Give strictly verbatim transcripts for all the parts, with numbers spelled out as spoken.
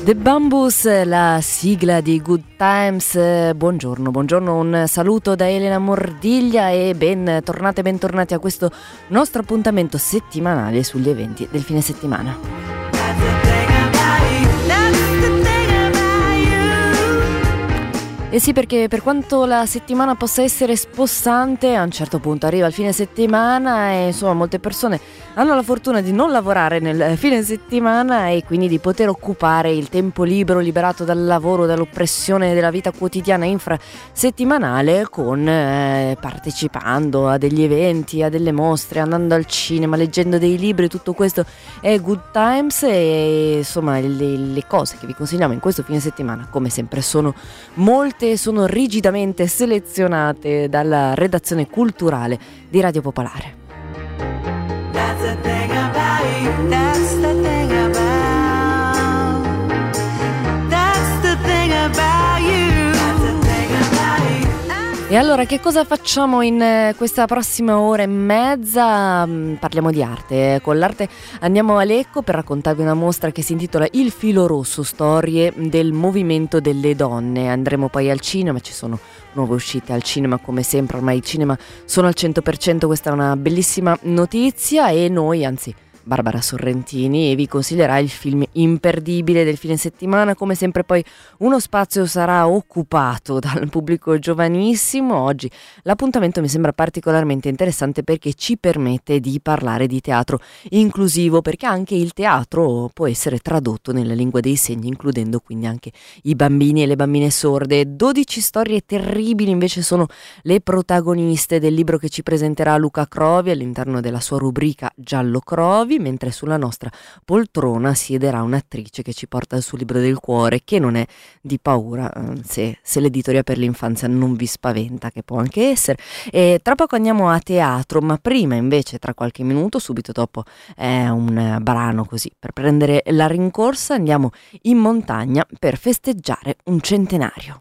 The Bamboos, la sigla di Good Times. Buongiorno, buongiorno, un saluto da Elena Mordiglia e bentornate, bentornati a questo nostro appuntamento settimanale sugli eventi del fine settimana. E sì, perché per quanto la settimana possa essere spossante, a un certo punto arriva il fine settimana e insomma molte persone hanno la fortuna di non lavorare nel fine settimana e quindi di poter occupare il tempo libero liberato dal lavoro, dall'oppressione della vita quotidiana infrasettimanale con eh, partecipando a degli eventi, a delle mostre, andando al cinema, leggendo dei libri. Tutto questo è Good Times e insomma le, le cose che vi consigliamo in questo fine settimana come sempre sono molte, sono rigidamente selezionate dalla redazione culturale di Radio Popolare. That's the thing about you. That's the thing about. That's the thing about you. That's the thing about you. E allora che cosa facciamo in questa prossima ora e mezza? Parliamo di arte. Con l'arte andiamo a Lecco per raccontarvi una mostra che si intitola Il filo rosso, storie del movimento delle donne. Andremo poi al cinema, ci sono nuove uscite al cinema come sempre, ormai i cinema sono al cento per cento, questa è una bellissima notizia e noi, anzi Barbara Sorrentini, vi consiglierà il film imperdibile del fine settimana. Come sempre poi uno spazio sarà occupato dal pubblico giovanissimo. Oggi l'appuntamento mi sembra particolarmente interessante perché ci permette di parlare di teatro inclusivo, perché anche il teatro può essere tradotto nella lingua dei segni, includendo quindi anche i bambini e le bambine sorde. dodici storie terribili invece sono le protagoniste del libro che ci presenterà Luca Crovi all'interno della sua rubrica Giallo Crovi, mentre sulla nostra poltrona siederà un'attrice che ci porta il suo libro del cuore, che non è di paura, se, se l'editoria per l'infanzia non vi spaventa, che può anche essere. E tra poco andiamo a teatro, ma prima invece tra qualche minuto, subito dopo è un brano così per prendere la rincorsa, andiamo in montagna per festeggiare un centenario.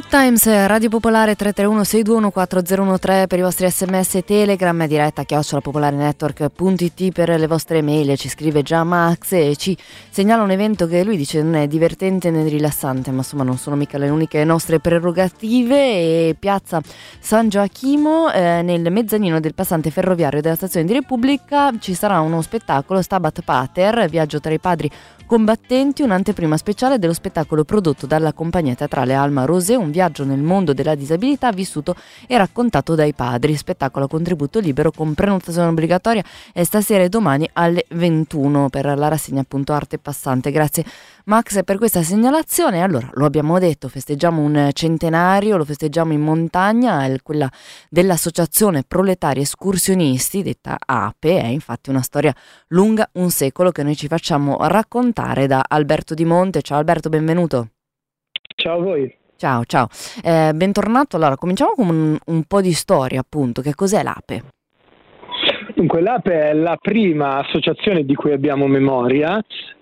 Good Times, Radio Popolare tre tre uno sei due uno quattro zero uno tre per i vostri sms e telegram, diretta chiocciola popolarenetwork punto it per le vostre mail. Ci scrive già Max e ci segnala un evento che lui dice non è divertente né rilassante, ma insomma non sono mica le uniche nostre prerogative. E Piazza San Gioacchimo, eh, nel mezzanino del passante ferroviario della stazione di Repubblica ci sarà uno spettacolo Stabat Pater, viaggio tra i padri combattenti, un'anteprima speciale dello spettacolo prodotto dalla compagnia teatrale Alma Rosé, un viaggio nel mondo della disabilità vissuto e raccontato dai padri. Spettacolo a contributo libero con prenotazione obbligatoria e stasera e domani alle ventuno per la rassegna appunto Arte Passante. Grazie Max per questa segnalazione. Allora, lo abbiamo detto, festeggiamo un centenario, lo festeggiamo in montagna, quella dell'Associazione Proletari Escursionisti, detta A P E, è infatti una storia lunga un secolo che noi ci facciamo raccontare da Alberto Di Monte. Ciao Alberto, benvenuto. Ciao a voi. Ciao, ciao. Eh, bentornato. Allora, cominciamo con un, un po' di storia, appunto. Che cos'è l'A P E? Dunque, l'A P E è la prima associazione di cui abbiamo memoria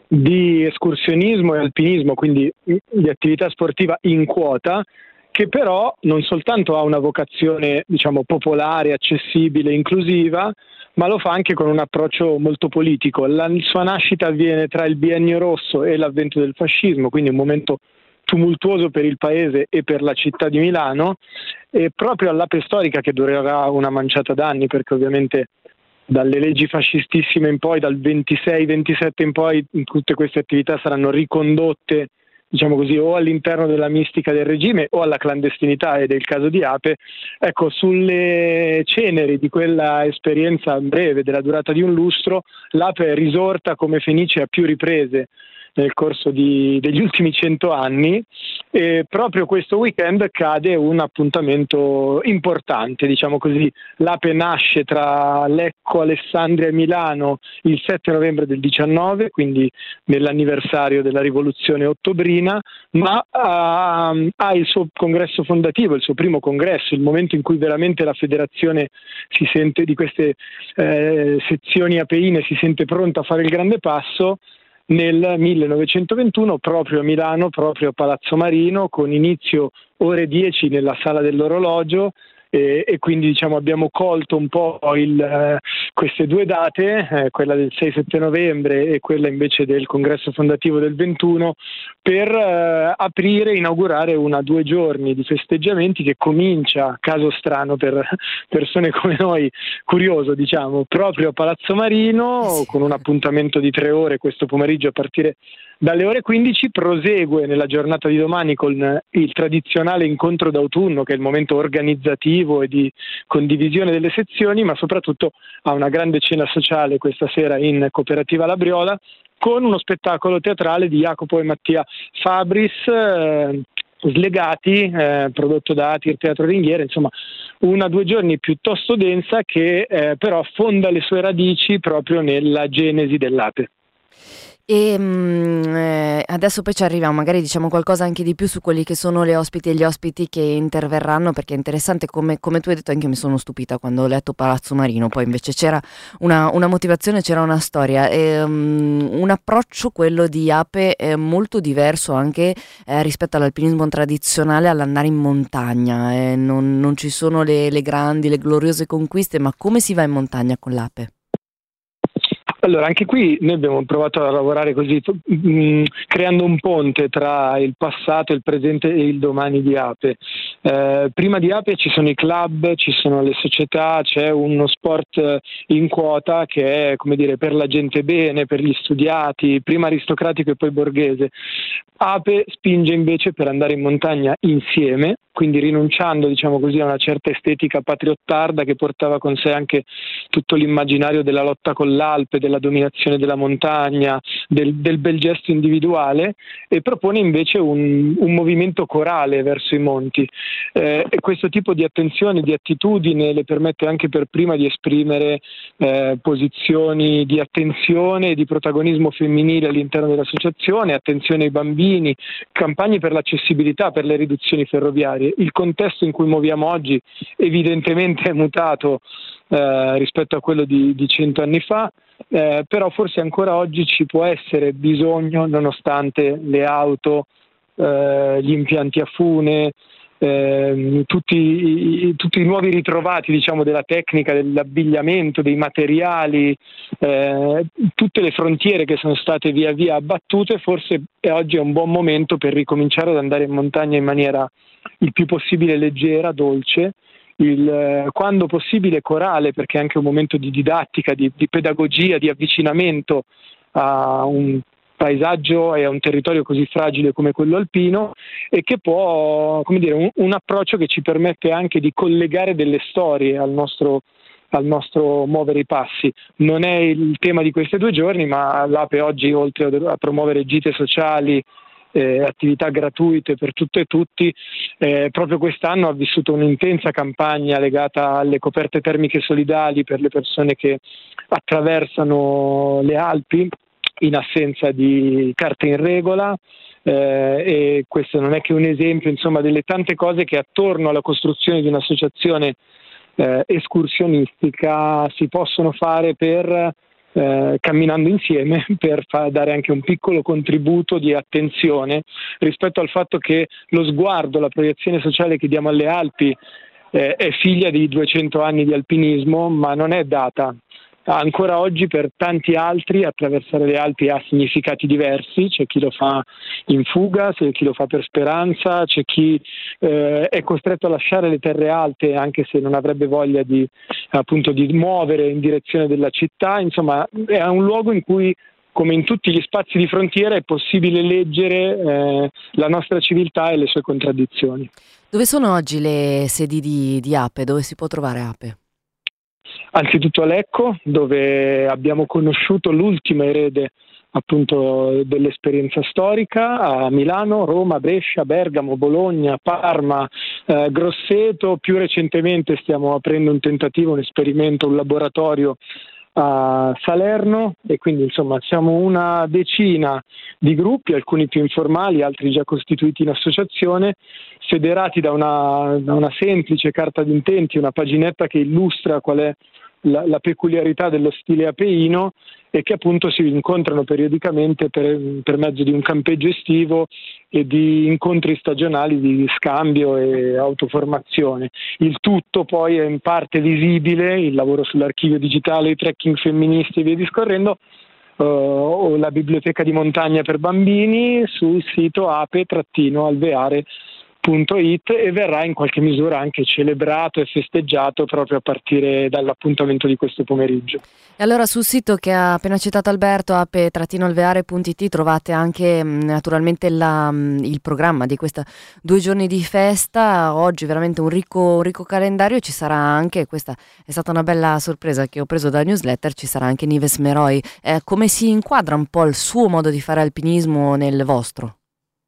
di escursionismo e alpinismo, quindi di attività sportiva in quota, che però non soltanto ha una vocazione, diciamo, popolare, accessibile, inclusiva, ma lo fa anche con un approccio molto politico. La sua nascita avviene tra il Biennio Rosso e l'avvento del fascismo, quindi un momento tumultuoso per il paese e per la città di Milano, e proprio all'A P E storica, che durerà una manciata d'anni, perché ovviamente dalle leggi fascistissime in poi, dal ventisei ventisette in poi, tutte queste attività saranno ricondotte, diciamo così, o all'interno della mistica del regime o alla clandestinità, ed è il caso di A P E. Ecco, sulle ceneri di quella esperienza breve della durata di un lustro, l'A P E è risorta come fenice a più riprese nel corso di, degli ultimi cento anni, e proprio questo weekend cade un appuntamento importante, diciamo così. L'A P E nasce tra Lecco, Alessandria e Milano il sette novembre del diciannove, quindi nell'anniversario della rivoluzione ottobrina, ma ha, ha il suo congresso fondativo, il suo primo congresso, il momento in cui veramente la federazione si sente, di queste eh, sezioni apeine, si sente pronta a fare il grande passo, nel millenovecentoventuno, proprio a Milano, proprio a Palazzo Marino, con inizio ore dieci nella sala dell'orologio, e, e quindi diciamo abbiamo colto un po' il, eh, queste due date, eh, quella del sei sette novembre e quella invece del congresso fondativo del ventuno, per eh, aprire, inaugurare una due giorni di festeggiamenti che comincia, caso strano per persone come noi, curioso diciamo, proprio a Palazzo Marino, con un appuntamento di tre ore questo pomeriggio a partire dalle ore quindici, prosegue nella giornata di domani con il tradizionale incontro d'autunno, che è il momento organizzativo e di condivisione delle sezioni, ma soprattutto ha una grande cena sociale questa sera in Cooperativa La Briola, con uno spettacolo teatrale di Jacopo e Mattia Fabris, eh, Slegati, eh, prodotto da Atir Teatro Ringhiera. Insomma, una due giorni piuttosto densa che eh, però affonda le sue radici proprio nella genesi dell'A P E. E mm, eh, adesso poi ci arriviamo, magari diciamo qualcosa anche di più su quelli che sono le ospiti e gli ospiti che interverranno, perché è interessante, come, come tu hai detto. Anche io mi sono stupita quando ho letto Palazzo Marino, poi invece c'era una, una motivazione, c'era una storia, e, um, un approccio, quello di A P E, è molto diverso anche eh, rispetto all'alpinismo tradizionale, all'andare in montagna. Eh, non, non ci sono le, le grandi, le gloriose conquiste, ma come si va in montagna con l'A P E? Allora, anche qui noi abbiamo provato a lavorare così, mh, creando un ponte tra il passato, il presente e il domani di A P E. Eh, prima di A P E ci sono i club, ci sono le società, c'è uno sport in quota che è, come dire, per la gente bene, per gli studiati, prima aristocratico e poi borghese. A P E spinge invece per andare in montagna insieme, quindi rinunciando, diciamo così, a una certa estetica patriottarda che portava con sé anche tutto l'immaginario della lotta con l'Alpe, della dominazione della montagna, del, del bel gesto individuale, e propone invece un, un movimento corale verso i monti. Eh, e questo tipo di attenzione, di attitudine le permette anche per prima di esprimere eh, posizioni di attenzione e di protagonismo femminile all'interno dell'associazione, attenzione ai bambini, campagne per l'accessibilità, per le riduzioni ferroviarie. Il contesto in cui muoviamo oggi evidentemente è mutato eh, rispetto a quello di, di cento anni fa, eh, però forse ancora oggi ci può essere bisogno, nonostante le auto, eh, gli impianti a fune, eh, tutti, i, tutti i nuovi ritrovati, diciamo, della tecnica, dell'abbigliamento, dei materiali, eh, tutte le frontiere che sono state via via abbattute, forse oggi è un buon momento per ricominciare ad andare in montagna in maniera il più possibile leggera, dolce, il, quando possibile corale, perché è anche un momento di didattica, di, di pedagogia, di avvicinamento a un paesaggio e a un territorio così fragile come quello alpino, e che può, come dire, un, un approccio che ci permette anche di collegare delle storie al nostro, al nostro muovere i passi. Non è il tema di questi due giorni, ma l'Ape oggi, oltre a promuovere gite sociali, Eh, attività gratuite per tutte e tutti, eh, proprio quest'anno ha vissuto un'intensa campagna legata alle coperte termiche solidali per le persone che attraversano le Alpi in assenza di carte in regola, eh, e questo non è che un esempio, insomma, delle tante cose che attorno alla costruzione di un'associazione eh, escursionistica si possono fare per Eh, camminando insieme, per fa- dare anche un piccolo contributo di attenzione rispetto al fatto che lo sguardo, la proiezione sociale che diamo alle Alpi eh, è figlia di duecento anni di alpinismo, ma non è data. Ancora oggi per tanti altri attraversare le Alpi ha significati diversi, c'è chi lo fa in fuga, c'è chi lo fa per speranza, c'è chi eh, è costretto a lasciare le terre alte anche se non avrebbe voglia di, appunto, di muovere in direzione della città. Insomma, è un luogo in cui, come in tutti gli spazi di frontiera, è possibile leggere eh, la nostra civiltà e le sue contraddizioni. Dove sono oggi le sedi di, di Ape? Dove si può trovare Ape? Anzitutto a Lecco, dove abbiamo conosciuto l'ultima erede appunto dell'esperienza storica, a Milano, Roma, Brescia, Bergamo, Bologna, Parma, eh, Grosseto. Più recentemente stiamo aprendo un tentativo, un esperimento, un laboratorio a Salerno, e quindi insomma siamo una decina di gruppi, alcuni più informali, altri già costituiti in associazione, federati da una, da una semplice carta d'intenti, una paginetta che illustra qual è la, la peculiarità dello stile apeino, e che appunto si incontrano periodicamente per, per mezzo di un campeggio estivo e di incontri stagionali di scambio e autoformazione. Il tutto poi è in parte visibile, il lavoro sull'archivio digitale, i trekking femministi e via discorrendo, uh, o la biblioteca di montagna per bambini sul sito ape-alveare punto it, e verrà in qualche misura anche celebrato e festeggiato proprio a partire dall'appuntamento di questo pomeriggio. E allora sul sito che ha appena citato Alberto, ape alveare punto it, trovate anche mh, naturalmente la, mh, il programma di questa due giorni di festa. Oggi veramente un ricco, un ricco calendario. Ci sarà anche, questa è stata una bella sorpresa che ho preso dalla newsletter, ci sarà anche Nives Meroi. Eh, come si inquadra un po' il suo modo di fare alpinismo nel vostro?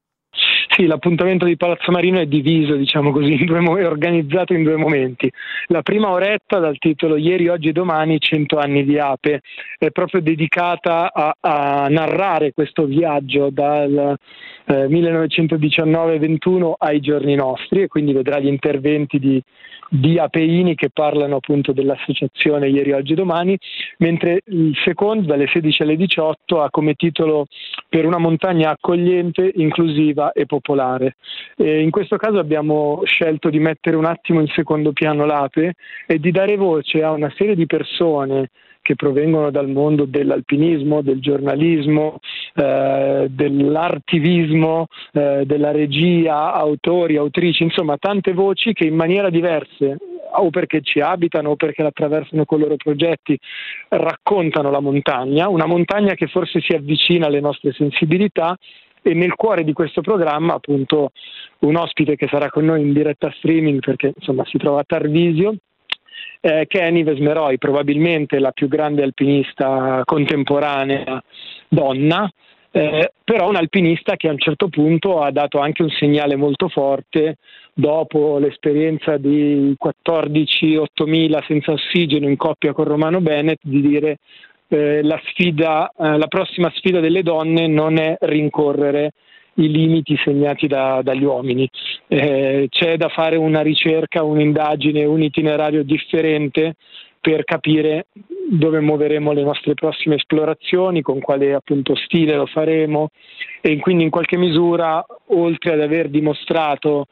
Sì, l'appuntamento di Palazzo Marino è diviso, diciamo così, in due mo- è organizzato in due momenti. La prima oretta, dal titolo Ieri, Oggi e Domani, cento anni di Ape, è proprio dedicata a, a narrare questo viaggio dal eh, millenovecentodiciannove ventuno ai giorni nostri, e quindi vedrà gli interventi di di apeini che parlano appunto dell'associazione Ieri, Oggi e Domani, mentre il secondo, dalle sedici alle diciotto, ha come titolo Per una montagna accogliente, inclusiva e popolare. E in questo caso abbiamo scelto di mettere un attimo in secondo piano l'Ape e di dare voce a una serie di persone che provengono dal mondo dell'alpinismo, del giornalismo, eh, dell'artivismo, eh, della regia, autori, autrici, insomma tante voci che in maniera diverse, o perché ci abitano o perché la attraversano con i loro progetti, raccontano la montagna, una montagna che forse si avvicina alle nostre sensibilità. E nel cuore di questo programma appunto un ospite che sarà con noi in diretta streaming, perché insomma si trova a Tarvisio, Eh, che è Nives Meroi, probabilmente la più grande alpinista contemporanea donna, eh, però un alpinista che a un certo punto ha dato anche un segnale molto forte dopo l'esperienza di quattordici ottomila senza ossigeno in coppia con Romano Bennett, di dire eh, la sfida, eh, la prossima sfida delle donne non è rincorrere i limiti segnati da, dagli uomini. Eh, c'è da fare una ricerca, un'indagine, un itinerario differente per capire dove muoveremo le nostre prossime esplorazioni, con quale appunto stile lo faremo, e quindi in qualche misura, oltre ad aver dimostrato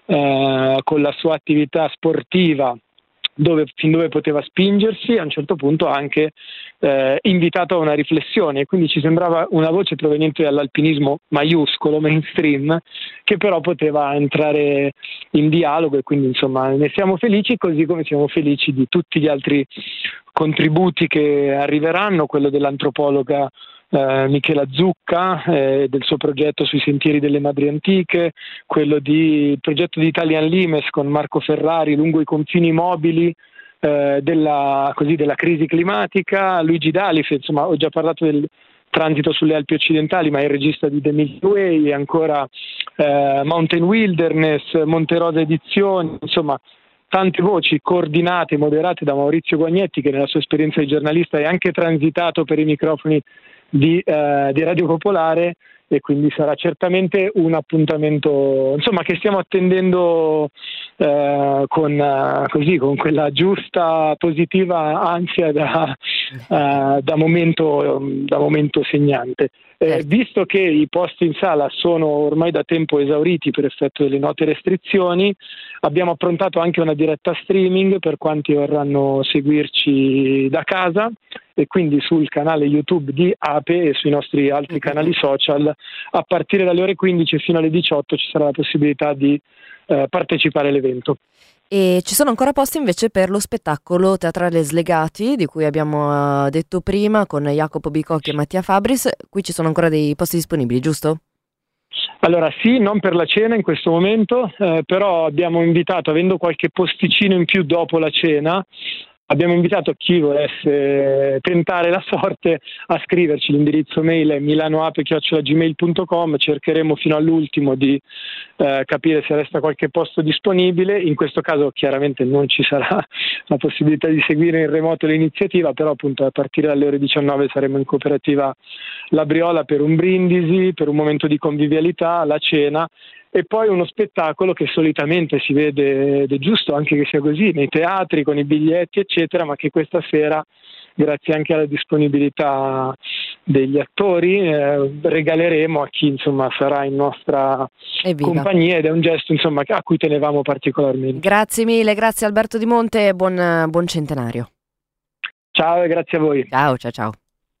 eh, con la sua attività sportiva, dove, fin dove poteva spingersi, a un certo punto ha anche eh, invitato a una riflessione, quindi ci sembrava una voce proveniente dall'alpinismo maiuscolo, mainstream, che però poteva entrare in dialogo, e quindi insomma ne siamo felici, così come siamo felici di tutti gli altri contributi che arriveranno, quello dell'antropologa Eh, Michela Zucca, eh, del suo progetto sui sentieri delle madri antiche, quello di il progetto di Italian Limes con Marco Ferrari lungo i confini mobili eh, della, così, della crisi climatica, Luigi Dalif, insomma ho già parlato del transito sulle Alpi occidentali, ma è il regista di The Milky Way, e ancora eh, Mountain Wilderness, Monterosa Edizioni, insomma tante voci coordinate e moderate da Maurizio Guagnetti, che nella sua esperienza di giornalista è anche transitato per i microfoni Di, eh, di Radio Popolare, e quindi sarà certamente un appuntamento insomma che stiamo attendendo eh, con, eh, così, con quella giusta positiva ansia da, eh, da, momento, da momento segnante. Eh, visto che i posti in sala sono ormai da tempo esauriti per effetto delle note restrizioni, abbiamo approntato anche una diretta streaming per quanti vorranno seguirci da casa, e quindi sul canale YouTube di Ape e sui nostri altri canali social a partire dalle ore quindici fino alle diciotto ci sarà la possibilità di eh, partecipare all'evento. E ci sono ancora posti invece per lo spettacolo teatrale Slegati, di cui abbiamo uh, detto prima, con Jacopo Bicocchi e Mattia Fabris. Qui ci sono ancora dei posti disponibili, giusto? Allora sì, non per la cena in questo momento, eh, però abbiamo invitato, avendo qualche posticino in più dopo la cena, abbiamo invitato chi volesse tentare la sorte a scriverci. L'indirizzo mail è milanoape chiocciola gmail punto com, cercheremo fino all'ultimo di eh, capire se resta qualche posto disponibile. In questo caso chiaramente non ci sarà la possibilità di seguire in remoto l'iniziativa, però appunto a partire dalle ore diciannove saremo in cooperativa La Briola per un brindisi, per un momento di convivialità, la cena, e poi uno spettacolo che solitamente si vede, ed è giusto anche che sia così, nei teatri con i biglietti eccetera, ma che questa sera, grazie anche alla disponibilità degli attori, eh, regaleremo a chi insomma sarà in nostra Evviva. compagnia, ed è un gesto insomma a cui tenevamo particolarmente. Grazie mille, grazie Alberto Di Monte, e buon, buon centenario. Ciao e grazie a voi. Ciao, ciao, ciao.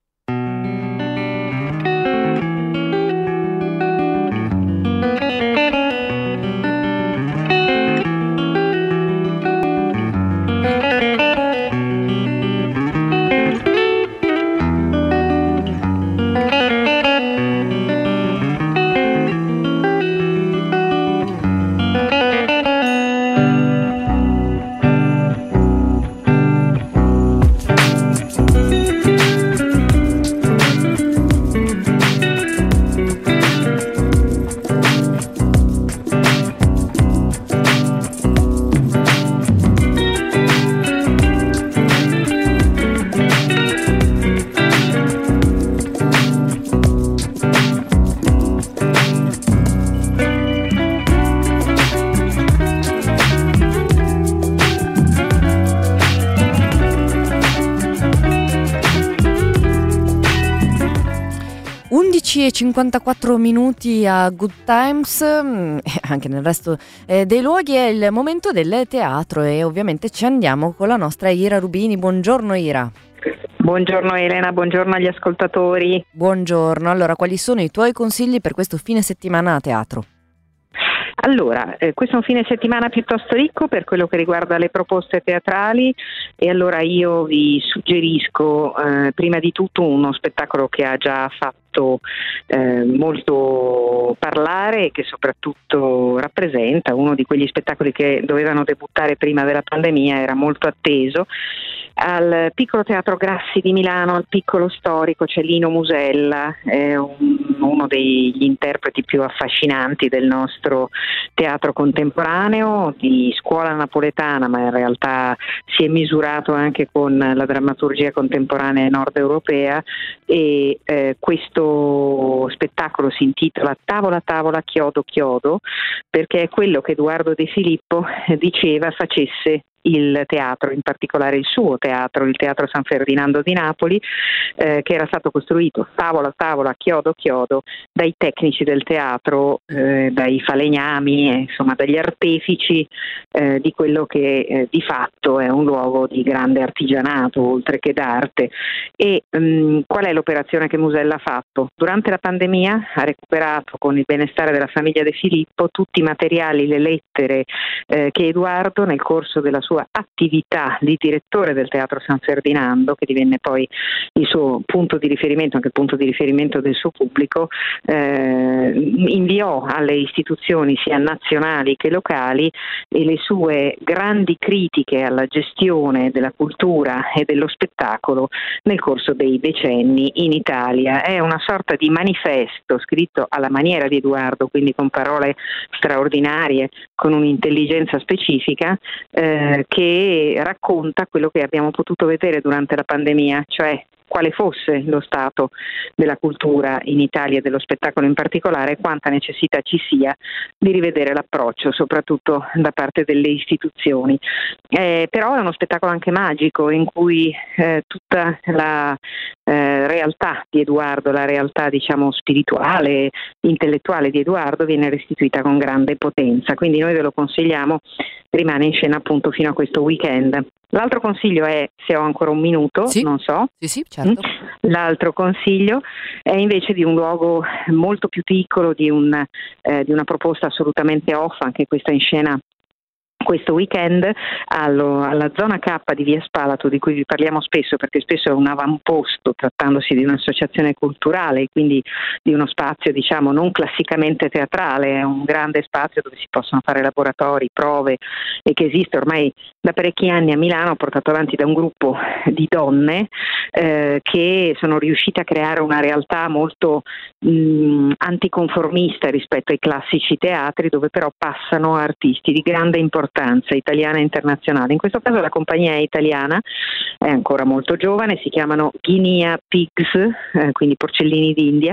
undici e cinquantaquattro minuti a Good Times, anche nel resto eh, dei luoghi è il momento del teatro, e ovviamente ci andiamo con la nostra Ira Rubini. Buongiorno Ira. Buongiorno Elena, buongiorno agli ascoltatori. Buongiorno, allora quali sono i tuoi consigli per questo fine settimana a teatro? Allora, eh, questo è un fine settimana piuttosto ricco per quello che riguarda le proposte teatrali, e allora io vi suggerisco eh, prima di tutto uno spettacolo che ha già fatto eh, molto parlare e che soprattutto rappresenta uno di quegli spettacoli che dovevano debuttare prima della pandemia, era molto atteso. Al Piccolo Teatro Grassi di Milano, al Piccolo Storico, c'è Lino Musella, è un, uno degli interpreti più affascinanti del nostro teatro contemporaneo, di scuola napoletana, ma in realtà si è misurato anche con la drammaturgia contemporanea nord europea, e eh, questo spettacolo si intitola Tavola Tavola Chiodo Chiodo, perché è quello che Edoardo De Filippo diceva facesse il teatro, in particolare il suo teatro, il Teatro San Ferdinando di Napoli, eh, che era stato costruito tavola a tavola, chiodo a chiodo, dai tecnici del teatro, eh, dai falegnami, eh, insomma dagli artefici eh, di quello che eh, di fatto è un luogo di grande artigianato, oltre che d'arte. E mh, qual è l'operazione che Musella ha fatto? Durante la pandemia ha recuperato, con il benestare della famiglia De Filippo, tutti i materiali, le lettere eh, che Edoardo, nel corso della sua attività di direttore del Teatro San Ferdinando, che divenne poi il suo punto di riferimento, anche il punto di riferimento del suo pubblico, eh, inviò alle istituzioni sia nazionali che locali e le sue grandi critiche alla gestione della cultura e dello spettacolo nel corso dei decenni in Italia. È una sorta di manifesto scritto alla maniera di Edoardo, quindi con parole straordinarie, con un'intelligenza specifica, eh, che racconta quello che abbiamo potuto vedere durante la pandemia, cioè quale fosse lo stato della cultura in Italia e dello spettacolo in particolare, quanta necessità ci sia di rivedere l'approccio, soprattutto da parte delle istituzioni. Eh, però è uno spettacolo anche magico, in cui eh, tutta la eh, realtà di Edoardo, la realtà diciamo spirituale, intellettuale di Edoardo viene restituita con grande potenza, quindi noi ve lo consigliamo, rimane in scena appunto fino a questo weekend. L'altro consiglio è, se ho ancora un minuto, sì, non so. Sì, sì, certo. L'altro consiglio è invece di un luogo molto più piccolo, di, un, eh, di una proposta assolutamente off, anche questa in scena questo weekend allo, alla zona K di Via Spalato, di cui vi parliamo spesso perché spesso è un avamposto trattandosi di un'associazione culturale, quindi di uno spazio diciamo non classicamente teatrale, è un grande spazio dove si possono fare laboratori, prove, e che esiste ormai da parecchi anni a Milano, portato avanti da un gruppo di donne eh, che sono riuscite a creare una realtà molto mh, anticonformista rispetto ai classici teatri, dove però passano artisti di grande importanza italiana e internazionale. In questo caso la compagnia è italiana, è ancora molto giovane, si chiamano Guinea Pigs, eh, quindi porcellini d'India,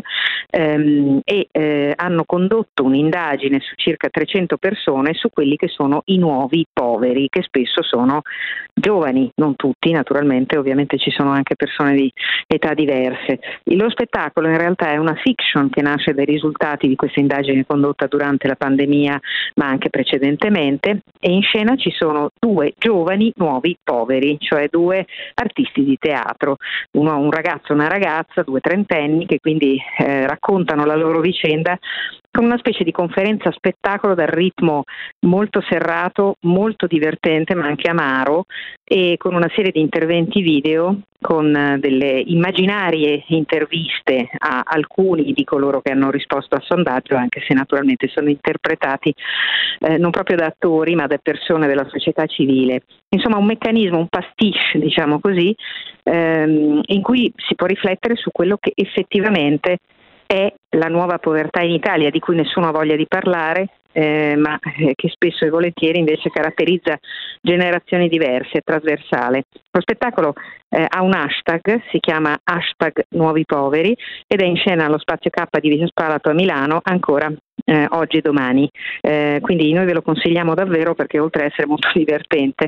ehm, e eh, hanno condotto un'indagine su circa trecento persone su quelli che sono i nuovi poveri, che spesso sono giovani, non tutti naturalmente, ovviamente ci sono anche persone di età diverse. Lo spettacolo in realtà è una fiction che nasce dai risultati di questa indagine condotta durante la pandemia ma anche precedentemente, e in scena ci sono due giovani nuovi poveri, cioè due artisti di teatro, uno un ragazzo e una ragazza, due trentenni, che quindi eh, raccontano la loro vicenda con una specie di conferenza spettacolo dal ritmo molto serrato, molto divertente ma anche amaro, e con una serie di interventi video, con delle immaginarie interviste a alcuni di coloro che hanno risposto al sondaggio, anche se naturalmente sono interpretati eh, non proprio da attori ma da persone della società civile. Insomma un meccanismo, un pastiche diciamo così, ehm, in cui si può riflettere su quello che effettivamente è la nuova povertà in Italia, di cui nessuno ha voglia di parlare, eh, ma eh, che spesso e volentieri invece caratterizza generazioni diverse, è trasversale. Lo spettacolo eh, ha un hashtag, si chiama hashtag Nuovi Poveri, ed è in scena allo Spazio K di Via Spalato a Milano ancora eh, oggi e domani. Eh, quindi noi ve lo consigliamo davvero, perché oltre ad essere molto divertente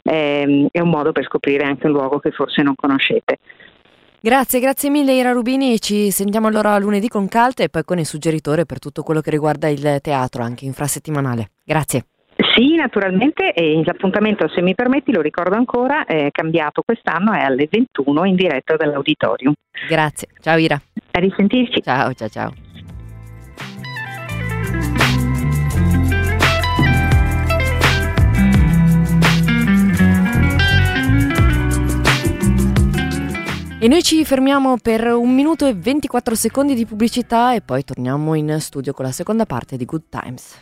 eh, è un modo per scoprire anche un luogo che forse non conoscete. Grazie, grazie mille Ira Rubini, ci sentiamo allora lunedì con Calte e poi con il suggeritore per tutto quello che riguarda il teatro anche infrasettimanale. Grazie. Sì, naturalmente, e l'appuntamento, se mi permetti, lo ricordo ancora, è cambiato quest'anno, è alle ventuno in diretta dall'Auditorium. Grazie, ciao Ira. A risentirci. Ciao, ciao, ciao. E noi ci fermiamo per un minuto e ventiquattro secondi di pubblicità e poi torniamo in studio con la seconda parte di Good Times.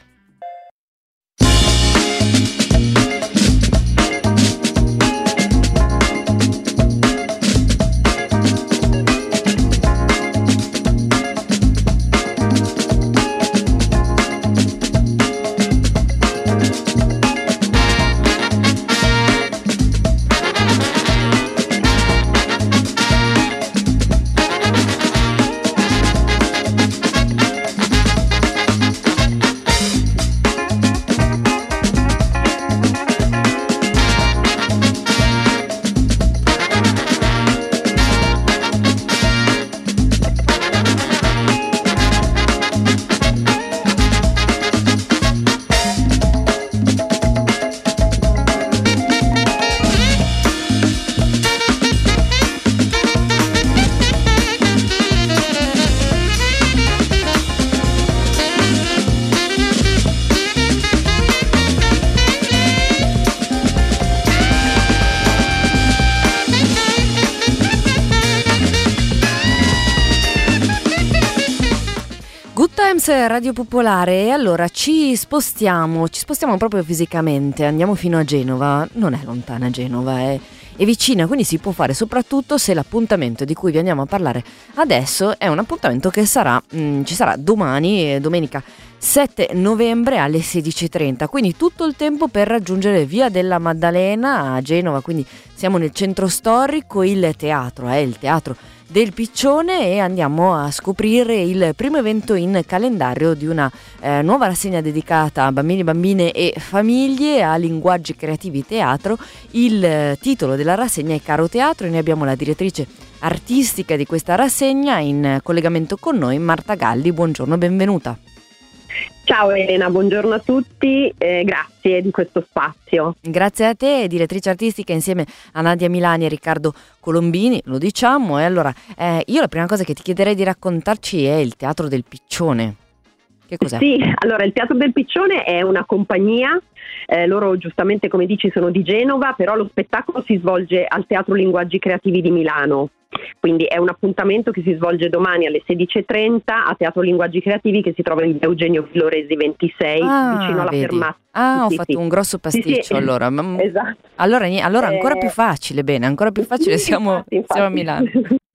Dance Radio Popolare. E allora ci spostiamo, ci spostiamo proprio fisicamente, andiamo fino a Genova. Non è lontana Genova, è, è vicina, quindi si può fare, soprattutto se l'appuntamento di cui vi andiamo a parlare adesso è un appuntamento che sarà mh, ci sarà domani, domenica sette novembre alle sedici e trenta, quindi tutto il tempo per raggiungere Via della Maddalena a Genova. Quindi siamo nel centro storico, il teatro è il teatro del Piccione e andiamo a scoprire il primo evento in calendario di una eh, nuova rassegna dedicata a bambini, bambine e famiglie, a linguaggi creativi teatro. Il eh, titolo della rassegna è Caro Teatro e noi abbiamo la direttrice artistica di questa rassegna in collegamento con noi, Marta Galli. Buongiorno, benvenuta. Ciao Elena, buongiorno a tutti, eh, grazie di questo spazio. Grazie a te, direttrice artistica insieme a Nadia Milani e Riccardo Colombini, lo diciamo. E allora eh, io la prima cosa che ti chiederei di raccontarci è il Teatro del Piccione. Che cos'è? Sì, allora il Teatro del Piccione è una compagnia, eh, loro giustamente come dici sono di Genova, però lo spettacolo si svolge al Teatro Linguaggi Creativi di Milano. Quindi è un appuntamento che si svolge domani alle sedici e trenta a Teatro Linguaggi Creativi, che si trova in via Eugenio Villoresi ventisei, ah, vicino alla vedi. fermata. Ah, sì, ho fatto sì. un grosso pasticcio, sì, sì. allora. Ma, esatto. Allora, allora ancora eh, più facile, bene, ancora più facile, sì, siamo, infatti, infatti. siamo a Milano.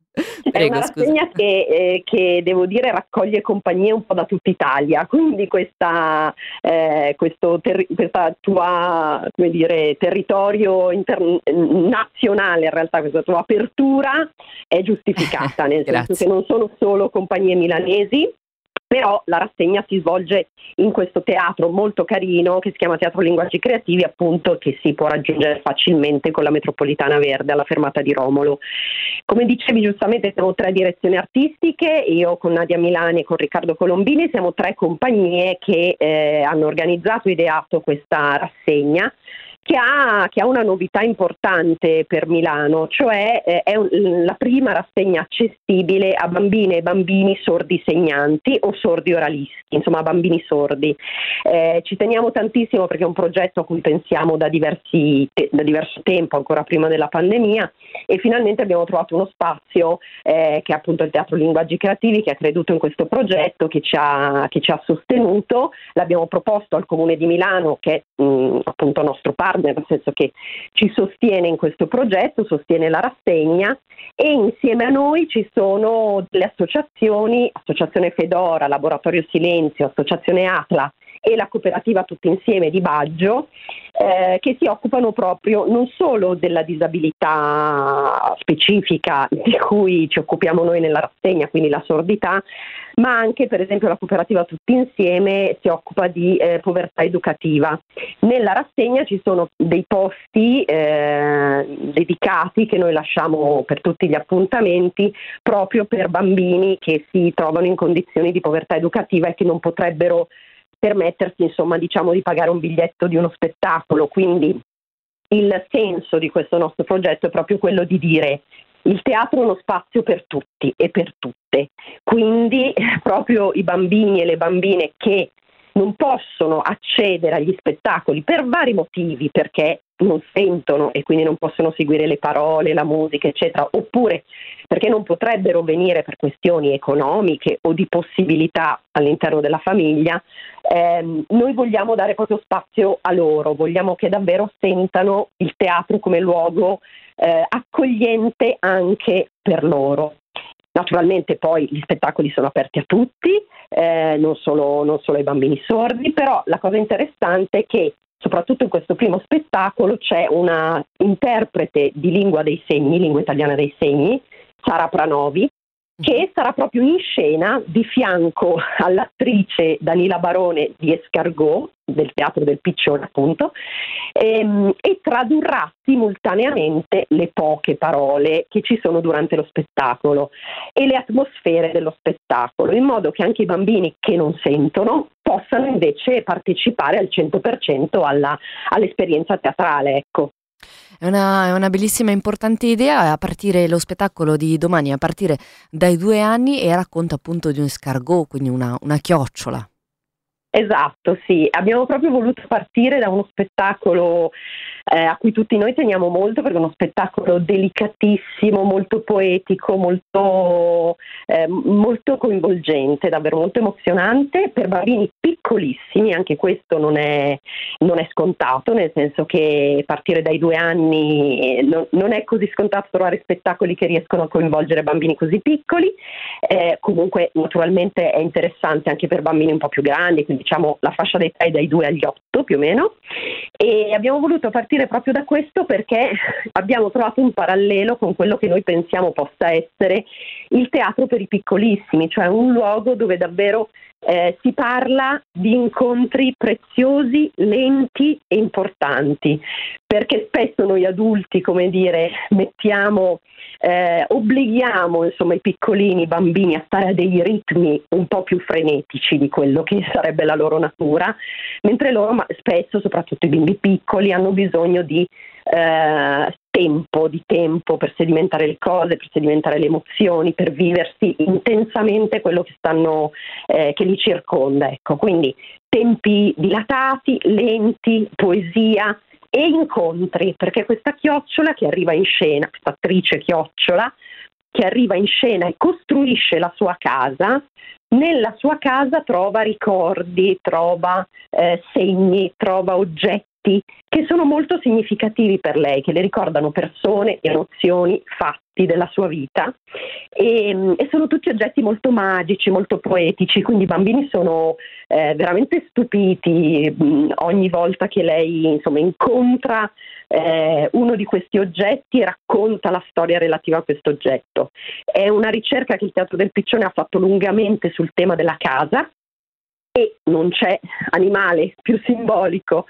È Prego, una scusa. rassegna che, eh, che devo dire raccoglie compagnie un po' da tutta Italia, quindi questa, eh, questo ter- questa tua come dire, territorio inter- nazionale, in realtà questa tua apertura è giustificata, nel senso che non sono solo compagnie milanesi, però la rassegna si svolge in questo teatro molto carino che si chiama Teatro Linguaggi Creativi, appunto, che si può raggiungere facilmente con la metropolitana verde alla fermata di Romolo. Come dicevi giustamente, siamo tre direzioni artistiche, io con Nadia Milani e con Riccardo Colombini siamo tre compagnie che eh, hanno organizzato e ideato questa rassegna, che ha, che ha una novità importante per Milano, cioè eh, è un, la prima rassegna accessibile a bambine e bambini sordi segnanti o sordi oralisti, insomma a bambini sordi. Eh, ci teniamo tantissimo perché è un progetto a cui pensiamo da, diversi, te, da diverso tempo, ancora prima della pandemia, e finalmente abbiamo trovato uno spazio eh, che è appunto il Teatro Linguaggi Creativi, che ha creduto in questo progetto, che ci ha, che ci ha sostenuto. L'abbiamo proposto al Comune di Milano, che è mh, appunto nostro partner, nel senso che ci sostiene in questo progetto, sostiene la rassegna, e insieme a noi ci sono delle associazioni, Associazione Fedora, Laboratorio Silenzio, Associazione Atla e la cooperativa Tutti Insieme di Baggio, eh, che si occupano proprio non solo della disabilità specifica di cui ci occupiamo noi nella rassegna, quindi la sordità, ma anche per esempio la cooperativa Tutti Insieme si occupa di eh, povertà educativa. Nella rassegna ci sono dei posti eh, dedicati che noi lasciamo per tutti gli appuntamenti proprio per bambini che si trovano in condizioni di povertà educativa e che non potrebbero permettersi, insomma, diciamo, di pagare un biglietto di uno spettacolo. Quindi il senso di questo nostro progetto è proprio quello di dire: il teatro è uno spazio per tutti e per tutte, quindi proprio i bambini e le bambine che non possono accedere agli spettacoli per vari motivi, perché non sentono e quindi non possono seguire le parole, la musica, eccetera, oppure perché non potrebbero venire per questioni economiche o di possibilità all'interno della famiglia, ehm, noi vogliamo dare proprio spazio a loro, vogliamo che davvero sentano il teatro come luogo eh, accogliente anche per loro. Naturalmente poi gli spettacoli sono aperti a tutti, eh, non solo, non solo ai bambini sordi, però la cosa interessante è che soprattutto in questo primo spettacolo c'è una interprete di lingua dei segni, lingua italiana dei segni, Sara Pranovi, che sarà proprio in scena di fianco all'attrice Danila Barone di Escargot, del Teatro del Piccione appunto, ehm, e tradurrà simultaneamente le poche parole che ci sono durante lo spettacolo e le atmosfere dello spettacolo, in modo che anche i bambini che non sentono possano invece partecipare al cento per cento alla, all'esperienza teatrale, ecco. È una, è una bellissima e importante idea, a partire lo spettacolo di domani, a partire dai due anni, e racconta appunto di un escargot, quindi una, una chiocciola. Esatto, sì, abbiamo proprio voluto partire da uno spettacolo eh, a cui tutti noi teniamo molto, perché è uno spettacolo delicatissimo, molto poetico, molto, eh, molto coinvolgente, davvero molto emozionante per bambini piccolissimi. Anche questo non è, non è scontato, nel senso che partire dai due anni non, non è così scontato trovare spettacoli che riescono a coinvolgere bambini così piccoli. Eh, comunque naturalmente è interessante anche per bambini un po' più grandi, quindi diciamo la fascia d'età è dai due agli otto più o meno, e abbiamo voluto partire proprio da questo perché abbiamo trovato un parallelo con quello che noi pensiamo possa essere il teatro per i piccolissimi, cioè un luogo dove davvero eh, si parla di incontri preziosi, lenti e importanti, perché spesso noi adulti, come dire, mettiamo Eh, obblighiamo insomma i piccolini, i bambini a stare a dei ritmi un po' più frenetici di quello che sarebbe la loro natura, mentre loro, ma spesso, soprattutto i bimbi piccoli, hanno bisogno di eh, tempo, di tempo per sedimentare le cose, per sedimentare le emozioni, per viversi intensamente quello che stanno, eh, che li circonda. Ecco, quindi tempi dilatati, lenti, poesia e incontri, perché questa chiocciola che arriva in scena, questa attrice chiocciola che arriva in scena e costruisce la sua casa, nella sua casa trova ricordi, trova eh, segni, trova oggetti che sono molto significativi per lei, che le ricordano persone, emozioni, fatti della sua vita, e, e sono tutti oggetti molto magici, molto poetici, quindi i bambini sono eh, veramente stupiti mh, ogni volta che lei insomma incontra eh, uno di questi oggetti e racconta la storia relativa a questo oggetto. È una ricerca che il Teatro del Piccione ha fatto lungamente sul tema della casa, e non c'è animale più simbolico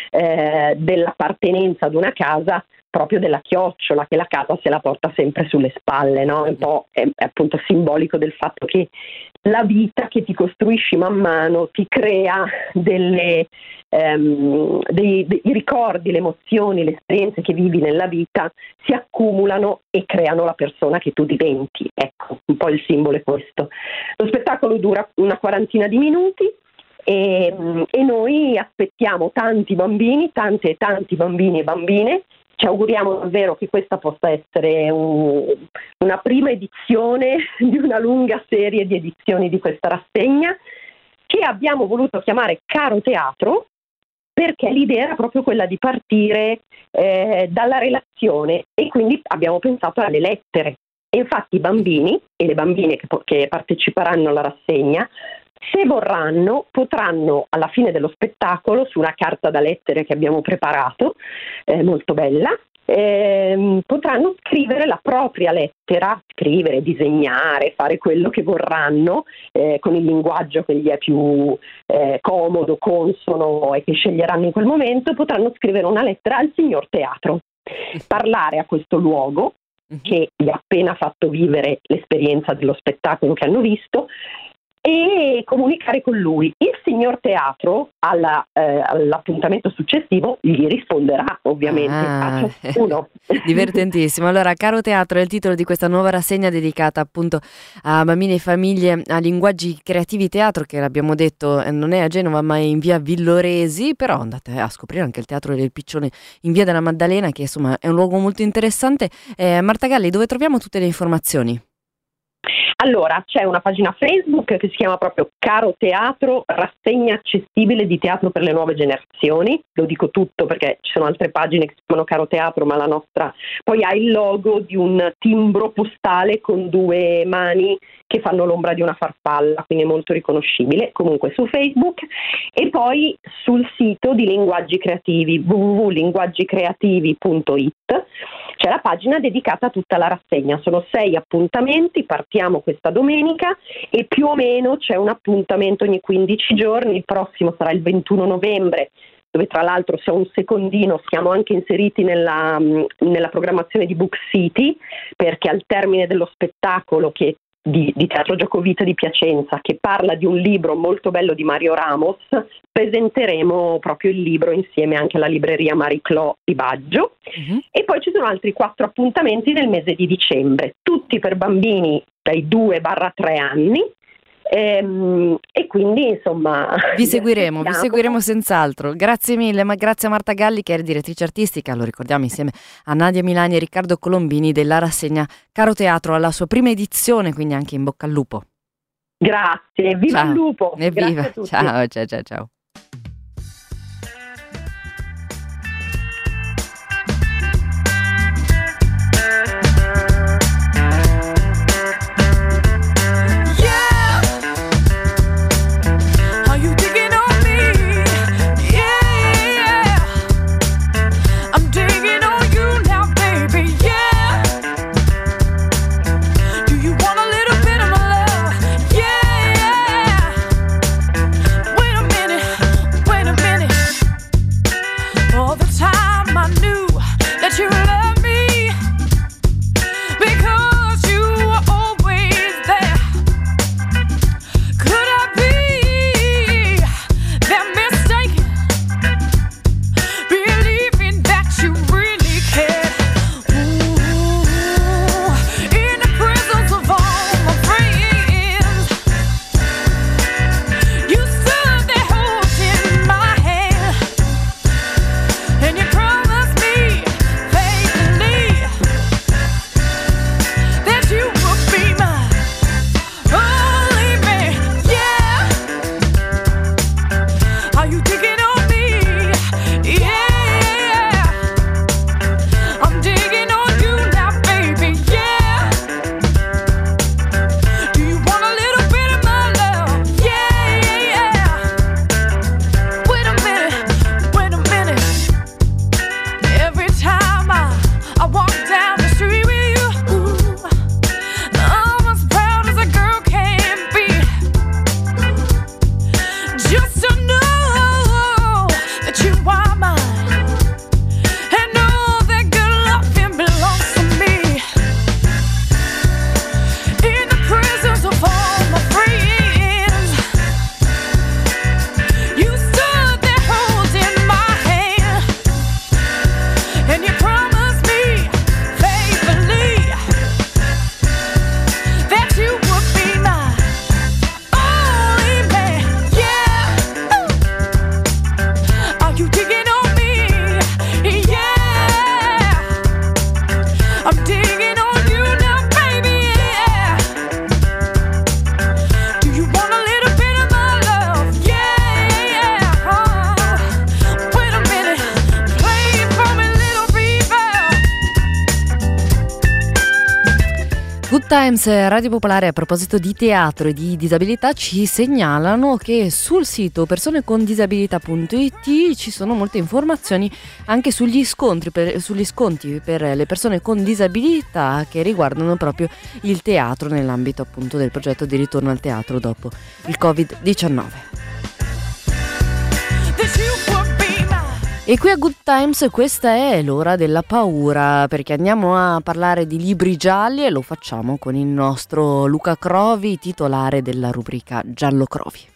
eh, dell'appartenenza ad una casa proprio della chiocciola, che la casa se la porta sempre sulle spalle, no? È un po' è, è appunto simbolico del fatto che la vita che ti costruisci man mano ti crea delle, ehm, dei, dei ricordi, le emozioni, le esperienze che vivi nella vita si accumulano e creano la persona che tu diventi. Ecco, un po' il simbolo è questo. Lo spettacolo dura una quarantina di minuti. E, e noi aspettiamo tanti bambini, tante e tanti bambini e bambine. Ci auguriamo davvero che questa possa essere un, una prima edizione di una lunga serie di edizioni di questa rassegna, che abbiamo voluto chiamare Caro Teatro, perché l'idea era proprio quella di partire eh, dalla relazione, e quindi abbiamo pensato alle lettere. E infatti i bambini e le bambine che, che parteciperanno alla rassegna, se vorranno, potranno alla fine dello spettacolo, su una carta da lettere che abbiamo preparato, eh, molto bella, eh, potranno scrivere la propria lettera, scrivere, disegnare, fare quello che vorranno, eh, con il linguaggio che gli è più eh, comodo, consono e che sceglieranno in quel momento. Potranno scrivere una lettera al signor teatro, parlare a questo luogo che gli ha appena fatto vivere l'esperienza dello spettacolo che hanno visto, e comunicare con lui. Il signor teatro alla, eh, all'appuntamento successivo gli risponderà ovviamente ah, a ciascuno. Divertentissimo. Allora, Caro Teatro è il titolo di questa nuova rassegna dedicata appunto a bambini e famiglie, a linguaggi creativi teatro, che l'abbiamo detto non è a Genova ma è in via Villoresi, però andate a scoprire anche il Teatro del Piccione in via della Maddalena, che insomma è un luogo molto interessante. eh, Marta Galli, dove troviamo tutte le informazioni? Allora, c'è una pagina Facebook che si chiama proprio Caro Teatro, rassegna accessibile di teatro per le nuove generazioni. Lo dico tutto perché ci sono altre pagine che si chiamano Caro Teatro, ma la nostra poi ha il logo di un timbro postale con due mani che fanno l'ombra di una farfalla, quindi è molto riconoscibile. Comunque su Facebook, e poi sul sito di Linguaggi Creativi, w w w punto linguaggi creativi punto i t, c'è la pagina dedicata a tutta la rassegna. Sono sei appuntamenti, partiamo questa domenica e più o meno c'è un appuntamento ogni quindici giorni. Il prossimo sarà il ventuno novembre, dove tra l'altro, se ho un secondino, siamo anche inseriti nella, nella programmazione di Book City, perché al termine dello spettacolo che Di, di Teatro Giacovita di Piacenza, che parla di un libro molto bello di Mario Ramos, presenteremo proprio il libro insieme anche alla libreria Marie Claude di Baggio. Uh-huh. E poi ci sono altri quattro appuntamenti nel mese di dicembre, tutti per bambini dai due barra tre anni, E, e quindi insomma vi seguiremo, vi seguiremo senz'altro. Grazie mille, ma grazie a Marta Galli, che è direttrice artistica, lo ricordiamo, insieme a Nadia Milani e Riccardo Colombini, della rassegna Caro Teatro, alla sua prima edizione, quindi anche in bocca al lupo. Grazie, viva ciao. il lupo! Evviva, ciao, ciao, ciao, ciao. Good Times, Radio Popolare, a proposito di teatro e di disabilità, ci segnalano che sul sito personecondisabilità punto it ci sono molte informazioni anche sugli scontri per, sugli sconti per le persone con disabilità che riguardano proprio il teatro nell'ambito appunto del progetto di ritorno al teatro dopo il covid diciannove. E qui a Good Times questa è l'ora della paura, perché andiamo a parlare di libri gialli e lo facciamo con il nostro Luca Crovi, titolare della rubrica Giallo Crovi.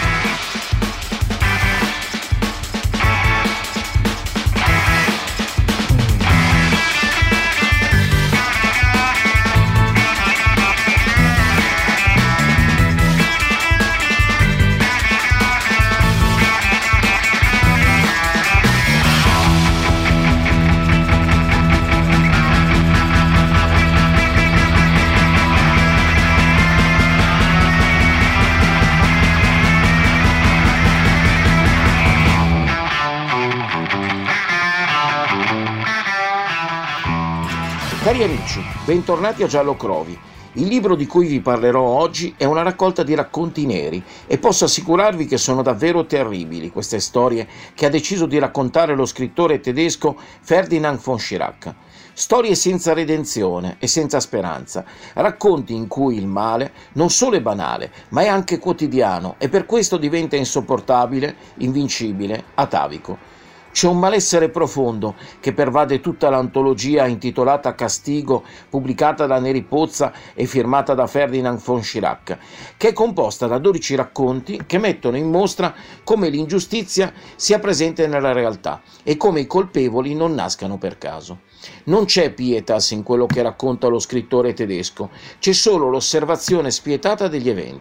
Cari amici, bentornati a Giallo Crovi. Il libro di cui vi parlerò oggi è una raccolta di racconti neri e posso assicurarvi che sono davvero terribili queste storie che ha deciso di raccontare lo scrittore tedesco Ferdinand von Schirach. Storie senza redenzione e senza speranza, racconti in cui il male non solo è banale, ma è anche quotidiano e per questo diventa insopportabile, invincibile, atavico. C'è un malessere profondo che pervade tutta l'antologia intitolata Castigo, pubblicata da Neri Pozza e firmata da Ferdinand von Schirach, che è composta da dodici racconti che mettono in mostra come l'ingiustizia sia presente nella realtà e come i colpevoli non nascano per caso. Non c'è pietas in quello che racconta lo scrittore tedesco, c'è solo l'osservazione spietata degli eventi.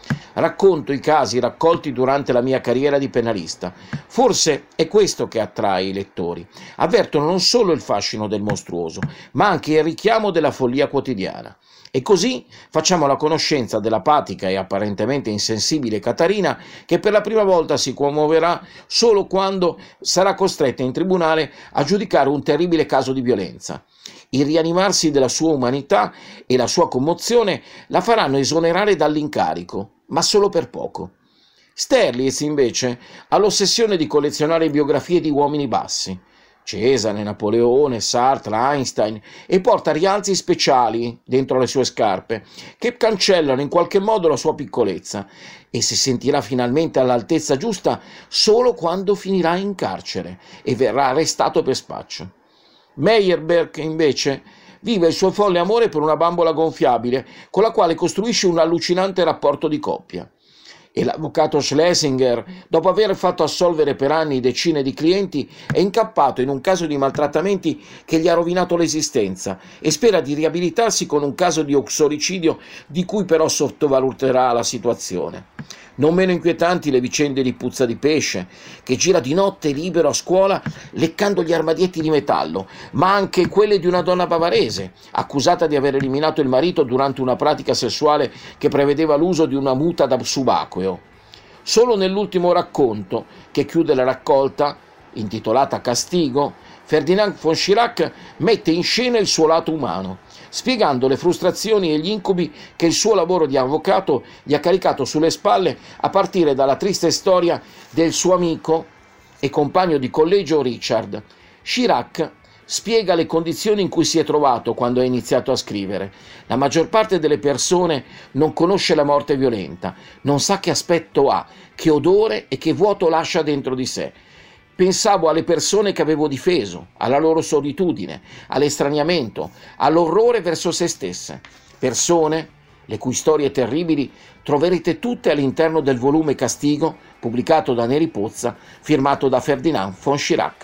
Racconto i casi raccolti durante la mia carriera di penalista. Forse è questo che attrae i lettori. Avvertono non solo il fascino del mostruoso, ma anche il richiamo della follia quotidiana. E così facciamo la conoscenza dell'apatica e apparentemente insensibile Catarina, che per la prima volta si commuoverà solo quando sarà costretta in tribunale a giudicare un terribile caso di violenza. Il rianimarsi della sua umanità e la sua commozione la faranno esonerare dall'incarico, ma solo per poco. Sterlitz, invece, ha l'ossessione di collezionare biografie di uomini bassi. Cesare, Napoleone, Sartre, Einstein, e porta rialzi speciali dentro le sue scarpe che cancellano in qualche modo la sua piccolezza, e si sentirà finalmente all'altezza giusta solo quando finirà in carcere e verrà arrestato per spaccio. Meyerbeer, invece, vive il suo folle amore per una bambola gonfiabile con la quale costruisce un allucinante rapporto di coppia. E l'avvocato Schlesinger, dopo aver fatto assolvere per anni decine di clienti, è incappato in un caso di maltrattamenti che gli ha rovinato l'esistenza e spera di riabilitarsi con un caso di uxoricidio di cui però sottovaluterà la situazione. Non meno inquietanti le vicende di Puzza di Pesce, che gira di notte libero a scuola leccando gli armadietti di metallo, ma anche quelle di una donna bavarese, accusata di aver eliminato il marito durante una pratica sessuale che prevedeva l'uso di una muta da subacqueo. Solo nell'ultimo racconto, che chiude la raccolta, intitolata Castigo, Ferdinand von Schirach mette in scena il suo lato umano, spiegando le frustrazioni e gli incubi che il suo lavoro di avvocato gli ha caricato sulle spalle a partire dalla triste storia del suo amico e compagno di collegio Richard. Schirach spiega le condizioni in cui si è trovato quando ha iniziato a scrivere. La maggior parte delle persone non conosce la morte violenta, non sa che aspetto ha, che odore e che vuoto lascia dentro di sé. Pensavo alle persone che avevo difeso, alla loro solitudine, all'estraniamento, all'orrore verso se stesse. Persone le cui storie terribili troverete tutte all'interno del volume Castigo, pubblicato da Neri Pozza, firmato da Ferdinand von Schirach.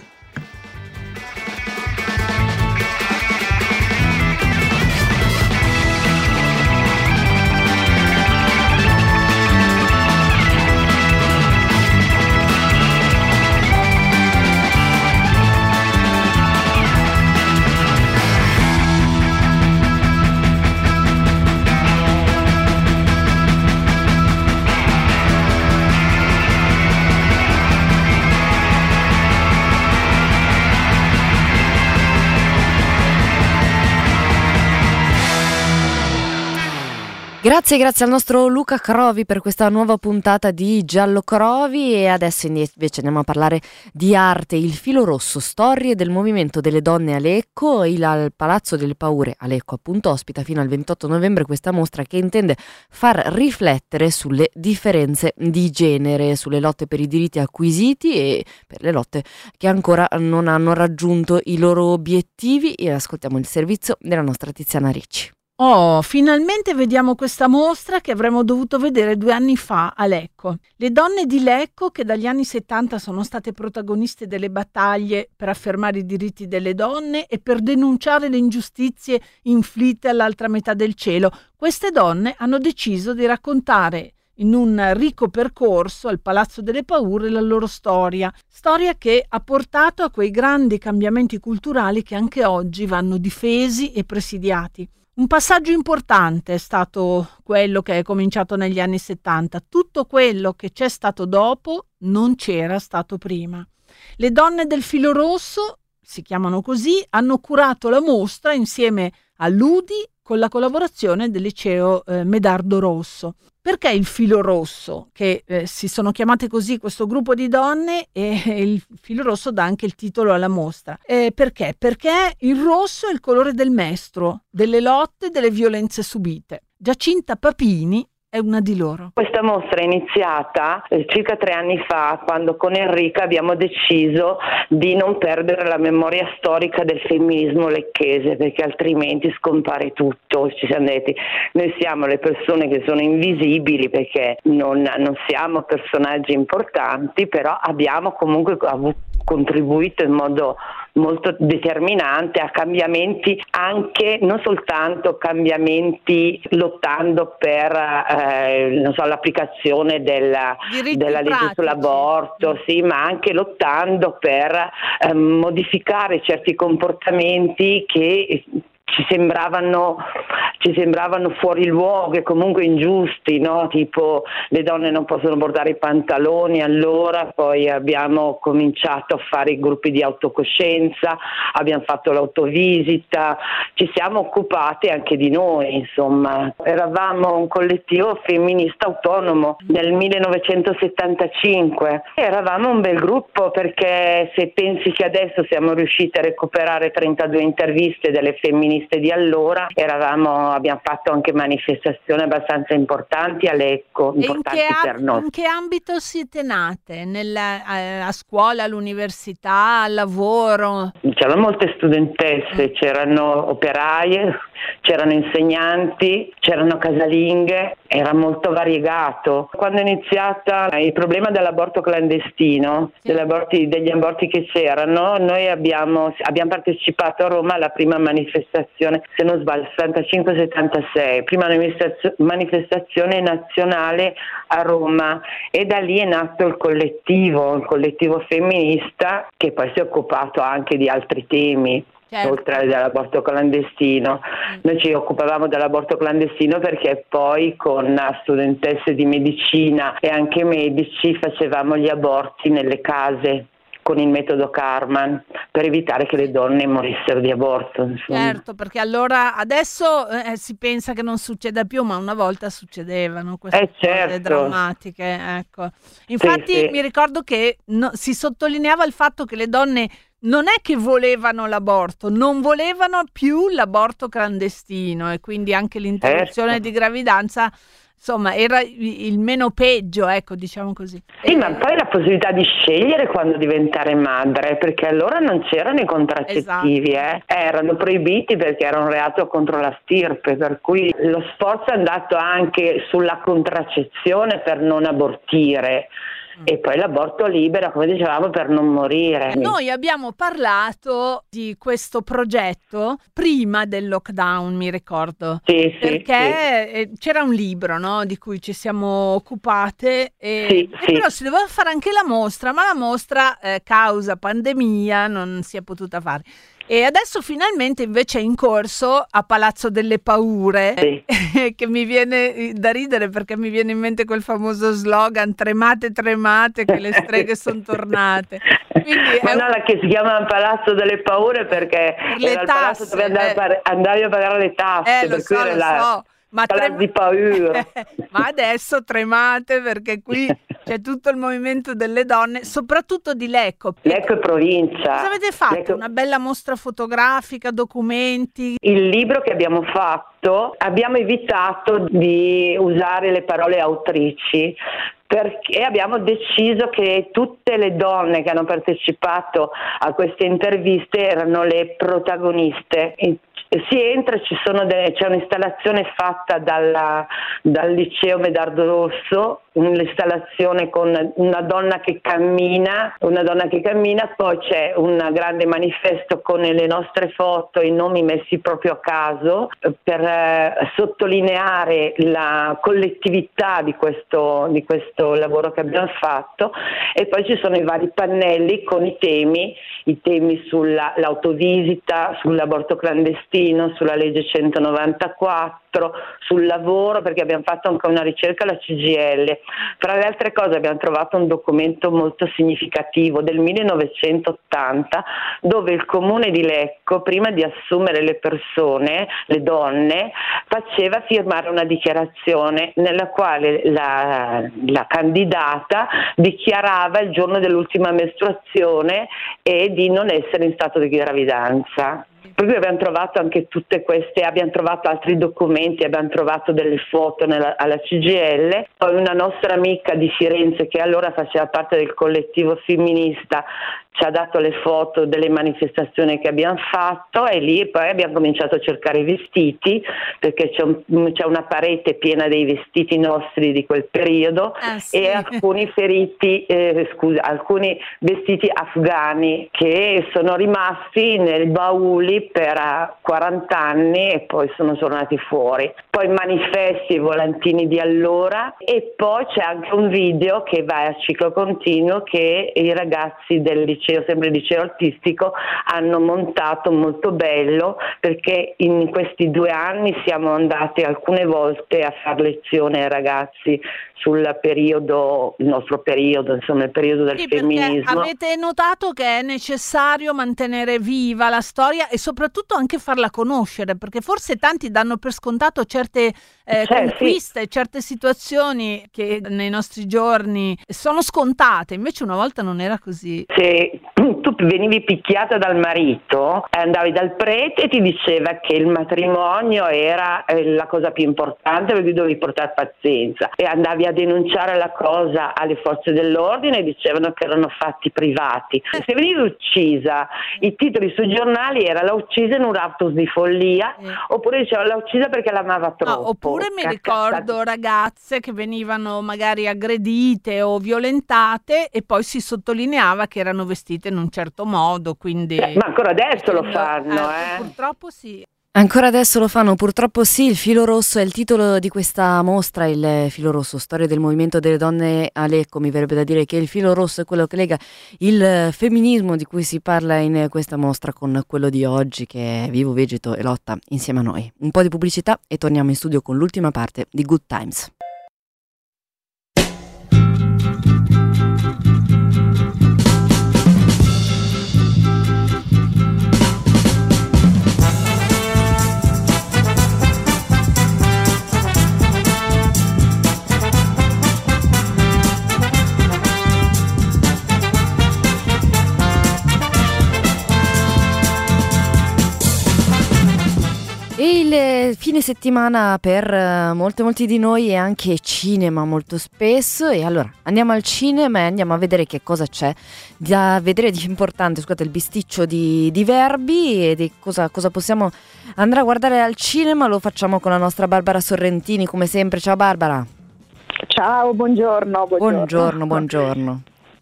Grazie, grazie al nostro Luca Crovi per questa nuova puntata di Giallo Crovi, e adesso invece andiamo a parlare di arte. Il filo rosso, storie del movimento delle donne a Lecco. Il al Palazzo delle Paure a Lecco appunto ospita fino al ventotto novembre questa mostra che intende far riflettere sulle differenze di genere, sulle lotte per i diritti acquisiti e per le lotte che ancora non hanno raggiunto i loro obiettivi. E ascoltiamo il servizio della nostra Tiziana Ricci. Oh, finalmente vediamo questa mostra che avremmo dovuto vedere due anni fa a Lecco. Le donne di Lecco, che dagli anni settanta sono state protagoniste delle battaglie per affermare i diritti delle donne e per denunciare le ingiustizie inflitte all'altra metà del cielo, queste donne hanno deciso di raccontare in un ricco percorso al Palazzo delle Paure la loro storia, storia che ha portato a quei grandi cambiamenti culturali che anche oggi vanno difesi e presidiati. Un passaggio importante è stato quello che è cominciato negli anni settanta. Tutto quello che c'è stato dopo non c'era stato prima. Le donne del filo rosso, si chiamano così, hanno curato la mostra insieme a Ludi con la collaborazione del liceo eh, Medardo Rosso. Perché il filo rosso? Che eh, si sono chiamate così questo gruppo di donne, e il filo rosso dà anche il titolo alla mostra. Eh, perché? Perché il rosso è il colore del mestro, delle lotte, delle violenze subite. Giacinta Papini è una di loro. Questa mostra è iniziata eh, circa tre anni fa, quando con Enrica abbiamo deciso di non perdere la memoria storica del femminismo lecchese, perché altrimenti scompare tutto. Ci siamo detti, noi siamo le persone che sono invisibili perché non, non siamo personaggi importanti, però abbiamo comunque avuto contribuito in modo molto determinante a cambiamenti, anche non soltanto cambiamenti lottando per eh, non so, l'applicazione della, della legge pratici. sull'aborto, sì, ma anche lottando per eh, modificare certi comportamenti che ci sembravano, ci sembravano fuori luogo e comunque ingiusti, no? Tipo le donne non possono portare i pantaloni, allora poi abbiamo cominciato a fare i gruppi di autocoscienza, abbiamo fatto l'autovisita, ci siamo occupati anche di noi, insomma. Eravamo un collettivo femminista autonomo nel millenovecentosettantacinque, eravamo un bel gruppo, perché se pensi che adesso siamo riusciti a recuperare trentadue interviste delle femministe di allora, eravamo, abbiamo fatto anche manifestazioni abbastanza importanti a Lecco, importanti in che, per noi. In che ambito siete nate? Nella, a, a scuola, all'università, al lavoro? C'erano molte studentesse, c'erano operaie, c'erano insegnanti, c'erano casalinghe, era molto variegato. Quando è iniziata il problema dell'aborto clandestino, sì. degli aborti, degli aborti che c'erano, noi abbiamo, abbiamo partecipato a Roma alla prima manifestazione, se non sbaglio, settantacinque settantasei, prima manifestazione nazionale a Roma, e da lì è nato il collettivo, il collettivo femminista, che poi si è occupato anche di altri temi. Certo. Oltre all'aborto clandestino, mm. noi ci occupavamo dell'aborto clandestino perché poi con studentesse di medicina e anche medici facevamo gli aborti nelle case con il metodo Karman per evitare che le donne morissero di aborto. Insomma. Certo, perché allora adesso eh, si pensa che non succeda più, ma una volta succedevano queste eh, cose certo. drammatiche. Ecco. Infatti sì, sì. mi ricordo che no, si sottolineava il fatto che le donne non è che volevano l'aborto, non volevano più l'aborto clandestino, e quindi anche l'interruzione certo. di gravidanza, insomma, era il meno peggio, ecco, diciamo così. Sì, e... ma poi la possibilità di scegliere quando diventare madre, perché allora non c'erano i contraccettivi, esatto. eh. erano proibiti perché era un reato contro la stirpe, per cui lo sforzo è andato anche sulla contraccezione per non abortire. E poi l'aborto libero, come dicevamo, per non morire. Noi abbiamo parlato di questo progetto prima del lockdown, mi ricordo. Sì, perché sì. c'era un libro, no, di cui ci siamo occupate e, sì, e sì. però si doveva fare anche la mostra, ma la mostra, eh, causa pandemia, non si è potuta fare. E adesso finalmente invece è in corso a Palazzo delle Paure, sì. che mi viene da ridere perché mi viene in mente quel famoso slogan tremate tremate che le streghe sono tornate. Quindi ma è no, un... la che si chiama Palazzo delle Paure perché per era il palazzo dove andavi, eh. a, andavi a pagare le tasse, eh, per lo cui so, era lo la... so. Ma, Palazzo trem... di paura. ma adesso tremate perché qui c'è tutto il movimento delle donne, soprattutto di Lecco. Lecco e provincia. Cosa avete fatto? Lecco... Una bella mostra fotografica, documenti? Il libro che abbiamo fatto, abbiamo evitato di usare le parole autrici, perché abbiamo deciso che tutte le donne che hanno partecipato a queste interviste erano le protagoniste. Si entra, ci sono delle, c'è un'installazione fatta dalla, dal liceo Medardo Rosso, un'installazione con una donna che cammina, una donna che cammina, poi c'è un grande manifesto con le nostre foto e i nomi messi proprio a caso per eh, sottolineare la collettività di questo, di questo lavoro che abbiamo fatto, e poi ci sono i vari pannelli con i temi, i temi sull'autovisita, sull'aborto clandestino, sulla legge centonovantaquattro, sul lavoro, perché abbiamo fatto anche una ricerca alla C G I L. Fra le altre cose abbiamo trovato un documento molto significativo del millenovecentottanta, dove il comune di Lecco, prima di assumere le persone, le donne, faceva firmare una dichiarazione nella quale la, la candidata dichiarava il giorno dell'ultima mestruazione e di non essere in stato di gravidanza. per cui abbiamo trovato anche tutte queste, abbiamo trovato altri documenti, abbiamo trovato delle foto nella, alla C G I L. Poi una nostra amica di Firenze, che allora faceva parte del collettivo femminista, ci ha dato le foto delle manifestazioni che abbiamo fatto, e lì poi abbiamo cominciato a cercare i vestiti, perché c'è, un, c'è una parete piena dei vestiti nostri di quel periodo, ah, sì. e alcuni feriti, eh, scusa, alcuni vestiti afghani che sono rimasti nei bauli per quaranta anni e poi sono tornati fuori. Poi manifesti e volantini di allora, e poi c'è anche un video che va a ciclo continuo che i ragazzi del liceo, sempre il liceo artistico, hanno montato, molto bello, perché in questi due anni siamo andati alcune volte a far lezione ai ragazzi sul periodo, il nostro periodo, insomma il periodo del sì, femminismo. Avete notato che è necessario mantenere viva la storia e soprattutto anche farla conoscere, perché forse tanti danno per scontato certe eh, cioè, conquiste, sì. certe situazioni che nei nostri giorni sono scontate, invece una volta non era così. Se tu venivi picchiata dal marito, andavi dal prete e ti diceva che il matrimonio era eh, la cosa più importante, perché dovevi portare pazienza, e andavi a denunciare la cosa alle forze dell'ordine e dicevano che erano fatti privati. Se venivi uccisa, i titoli sui giornali era l'ha uccisa in un raptus di follia, eh. oppure diceva l'ha uccisa perché l'amava troppo. No, oppure mi ricordo ragazze che venivano magari aggredite o violentate e poi si sottolineava che erano vestite in un certo modo, quindi... Eh, ma ancora adesso lo fanno, eh, eh. Purtroppo sì. Ancora adesso lo fanno, purtroppo sì. Il filo rosso è il titolo di questa mostra, il filo rosso, storia del movimento delle donne a Lecco. Mi verrebbe da dire che il filo rosso è quello che lega il femminismo di cui si parla in questa mostra con quello di oggi, che è vivo, vegeto e lotta insieme a noi. Un po' di pubblicità e torniamo in studio con l'ultima parte di Good Times. E il fine settimana per molte molti di noi è anche cinema molto spesso, e allora andiamo al cinema e andiamo a vedere che cosa c'è da vedere di importante, scusate il bisticcio di, di verbi, e di cosa, cosa possiamo andare a guardare al cinema. Lo facciamo con la nostra Barbara Sorrentini come sempre. Ciao Barbara. Ciao, buongiorno. Buongiorno, buongiorno. buongiorno.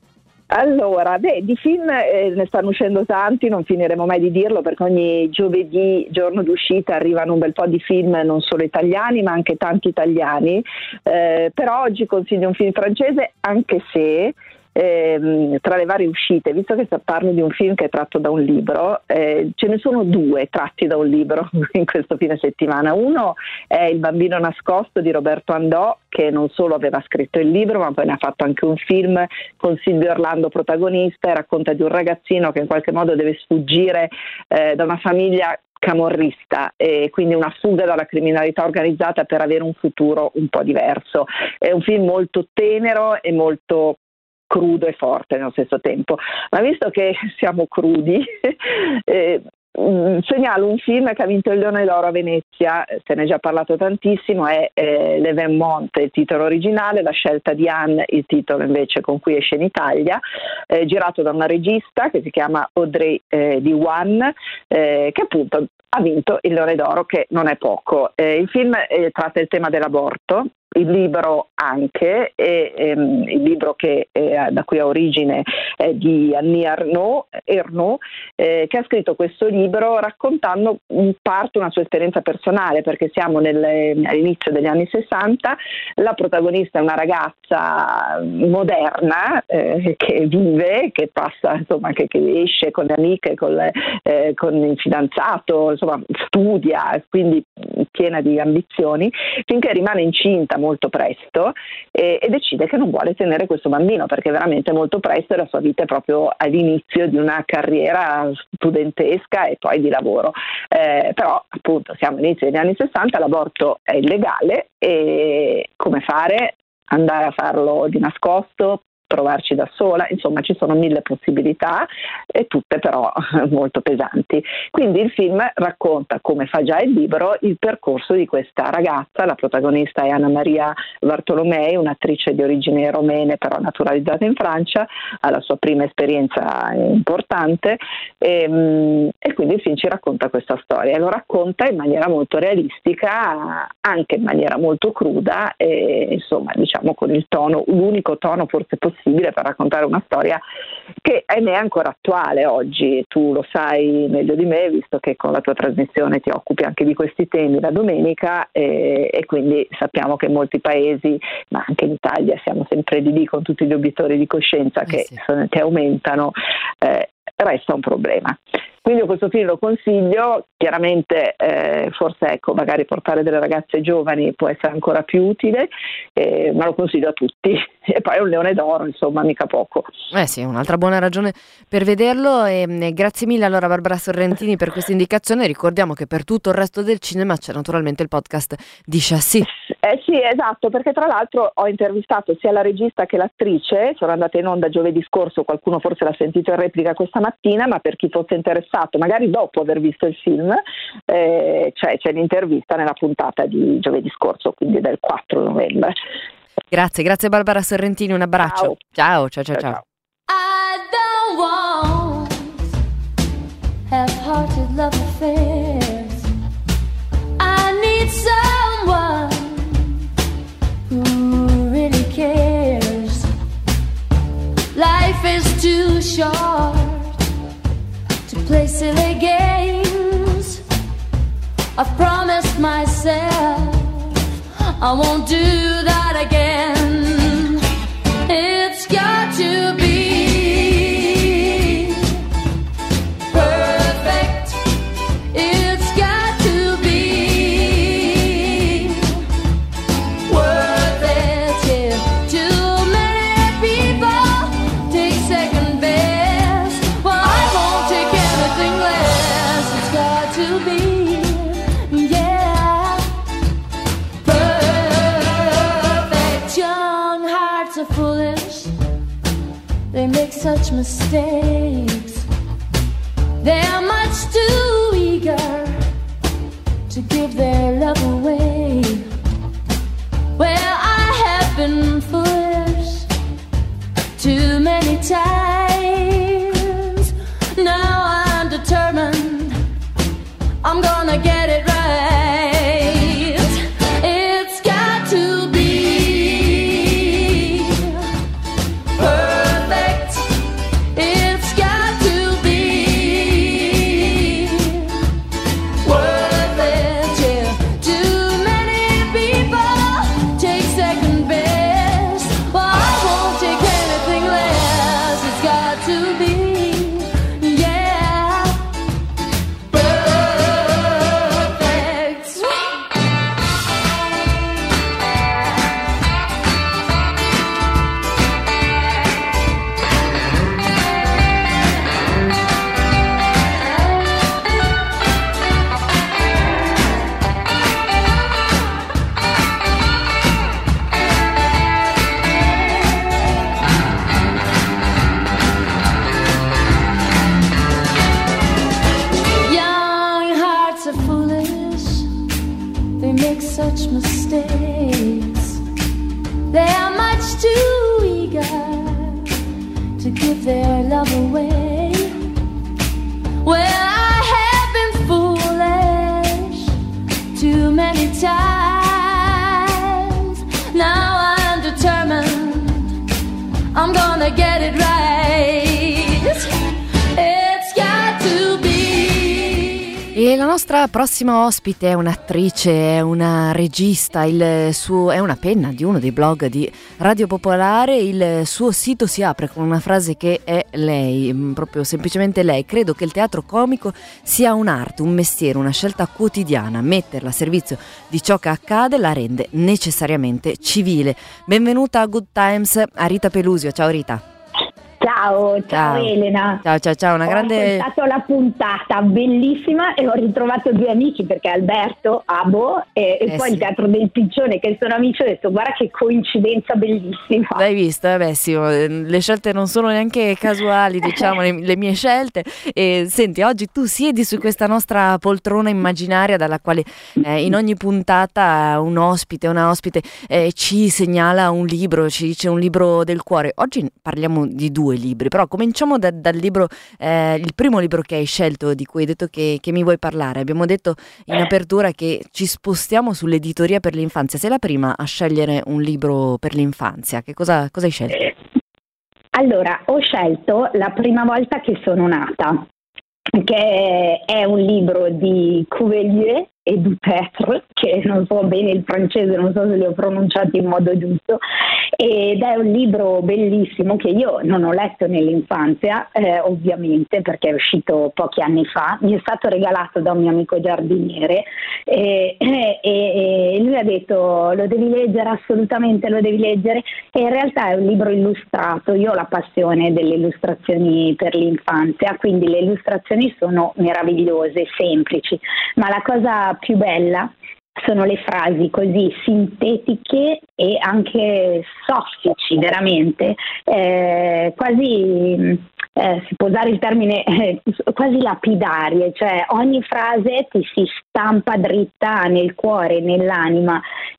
Allora, beh, di film eh, ne stanno uscendo tanti, non finiremo mai di dirlo, perché ogni giovedì, giorno d'uscita, arrivano un bel po' di film, non solo italiani ma anche tanti italiani, eh, però oggi consiglio un film francese, anche se ehm, tra le varie uscite, visto che parlo di un film che è tratto da un libro, eh, ce ne sono due tratti da un libro in questo fine settimana. Uno è Il bambino nascosto di Roberto Andò, che non solo aveva scritto il libro ma poi ne ha fatto anche un film con Silvio Orlando protagonista, e racconta di un ragazzino che in qualche modo deve sfuggire eh, da una famiglia camorrista, e quindi una fuga dalla criminalità organizzata per avere un futuro un po' diverso. È un film molto tenero e molto crudo e forte nello stesso tempo, ma visto che siamo crudi eh, segnalo un film che ha vinto il Leone d'Oro a Venezia, se ne è già parlato tantissimo, è eh, Le Vermont, il titolo originale, La scelta di Anne, il titolo invece con cui esce in Italia, eh, girato da una regista che si chiama Audrey eh, Diwan, eh, che appunto ha vinto il Leone d'Oro, che non è poco. Eh, il film eh, tratta il tema dell'aborto, il libro anche, e, ehm, il libro che, eh, da cui ha origine è di Annie Ernaux, Ernaux eh, che ha scritto questo libro raccontando in parte una sua esperienza personale, perché siamo nel, all'inizio degli anni sessanta, la protagonista è una ragazza moderna eh, che vive, che passa, insomma, che, che esce con le amiche, con, le, eh, con il fidanzato, insomma studia, quindi piena di ambizioni, finché rimane incinta molto presto e, e decide che non vuole tenere questo bambino, perché veramente molto presto la sua vita è proprio all'inizio di una carriera studentesca e poi di lavoro. Eh, però appunto siamo all'inizio degli anni sessanta, l'aborto è illegale, e come fare? Andare a farlo di nascosto, provarci da sola, insomma ci sono mille possibilità e tutte però molto pesanti. Quindi il film racconta, come fa già il libro, il percorso di questa ragazza. La protagonista è Anna Maria Bartolomei, un'attrice di origini romene però naturalizzata in Francia, ha la sua prima esperienza importante e, e quindi il film ci racconta questa storia e lo racconta in maniera molto realistica, anche in maniera molto cruda e insomma diciamo con il tono, l'unico tono forse possibile per raccontare una storia che ahimè è ancora attuale oggi. Tu lo sai meglio di me, visto che con la tua trasmissione ti occupi anche di questi temi la domenica e, e quindi sappiamo che in molti paesi, ma anche in Italia, siamo sempre di lì con tutti gli obiettori di coscienza che, eh sì. che aumentano, eh, resta un problema. Quindi io questo film lo consiglio, chiaramente eh, forse ecco magari portare delle ragazze giovani può essere ancora più utile, eh, ma lo consiglio a tutti. E poi è un leone d'oro, insomma, mica poco. Eh sì, un'altra buona ragione per vederlo e, e grazie mille allora Barbara Sorrentini per questa indicazione. Ricordiamo che per tutto il resto del cinema c'è naturalmente il podcast di Chassis. Eh sì, esatto, perché tra l'altro ho intervistato sia la regista che l'attrice, sono andate in onda giovedì scorso, qualcuno forse l'ha sentito in replica questa mattina, ma per chi fosse interessato, magari dopo aver visto il film, eh, c'è, c'è l'intervista nella puntata di giovedì scorso, quindi del quattro novembre. Grazie, grazie Barbara Sorrentini, un abbraccio. Ciao, ciao, ciao, ciao. ciao. I don't want half-hearted love affairs. I need someone who really cares. Life is too short to play silly games. I've promised myself I won't do that again. It's got to be perfect. It's got to be worth it. Yeah. Too many people take second best. Well, I won't take anything less. It's got to be. They make such mistakes. They are much too eager to give their love away. Well, I have been foolish too many times. Now I'm determined I'm gonna get it right. It's got to be such mistakes. They are much too eager to give their love away. Well, I have been foolish too many times. Now I'm determined I'm gonna get it right. It's got to be. E la nostra prossima ospite è un'attrice, è una regista, il suo, è una penna di uno dei blog di Radio Popolare. Il suo sito si apre con una frase che è lei, proprio semplicemente lei. Credo che il teatro comico sia un'arte, un mestiere, una scelta quotidiana. Metterla a servizio di ciò che accade la rende necessariamente civile. Benvenuta a Good Times a Rita Pelusio. Ciao Rita. Ciao Ciao, ciao, Ciao. Elena. Ciao, ciao, ciao, una Ho grande... ascoltato la puntata, bellissima, e ho ritrovato due amici perché Alberto, Abo e, e Eh poi sì. il Teatro del Piccione, che sono amici, ho detto guarda che coincidenza bellissima. L'hai visto? Eh beh sì, eh, le scelte non sono neanche casuali, diciamo, le, le mie scelte. E senti, oggi tu siedi su questa nostra poltrona immaginaria dalla quale eh, in ogni puntata un ospite, una ospite eh, ci segnala un libro, ci dice un libro del cuore. Oggi parliamo di due libri, però cominciamo da- dal libro, eh, il primo libro che hai scelto, di cui hai detto che, che mi vuoi parlare. Abbiamo detto in apertura che ci spostiamo sull'editoria per l'infanzia. Sei la prima a scegliere un libro per l'infanzia. Che cosa, cosa hai scelto? Allora, ho scelto La prima volta che sono nata, che è un libro di Cuvelier e Duterre, che non so bene il francese, non so se li ho pronunciati in modo giusto, ed è un libro bellissimo che io non ho letto nell'infanzia, eh, ovviamente, perché è uscito pochi anni fa. Mi è stato regalato da un mio amico giardiniere e, e, e lui ha detto lo devi leggere, assolutamente lo devi leggere, e in realtà è un libro illustrato. Io ho la passione delle illustrazioni per l'infanzia, quindi le illustrazioni sono meravigliose, semplici, ma la cosa più bella sono le frasi così sintetiche e anche soffici, veramente, eh, quasi, eh, si può usare il termine, eh, quasi lapidarie, cioè ogni frase ti si stampa dritta nel cuore, nell'anima,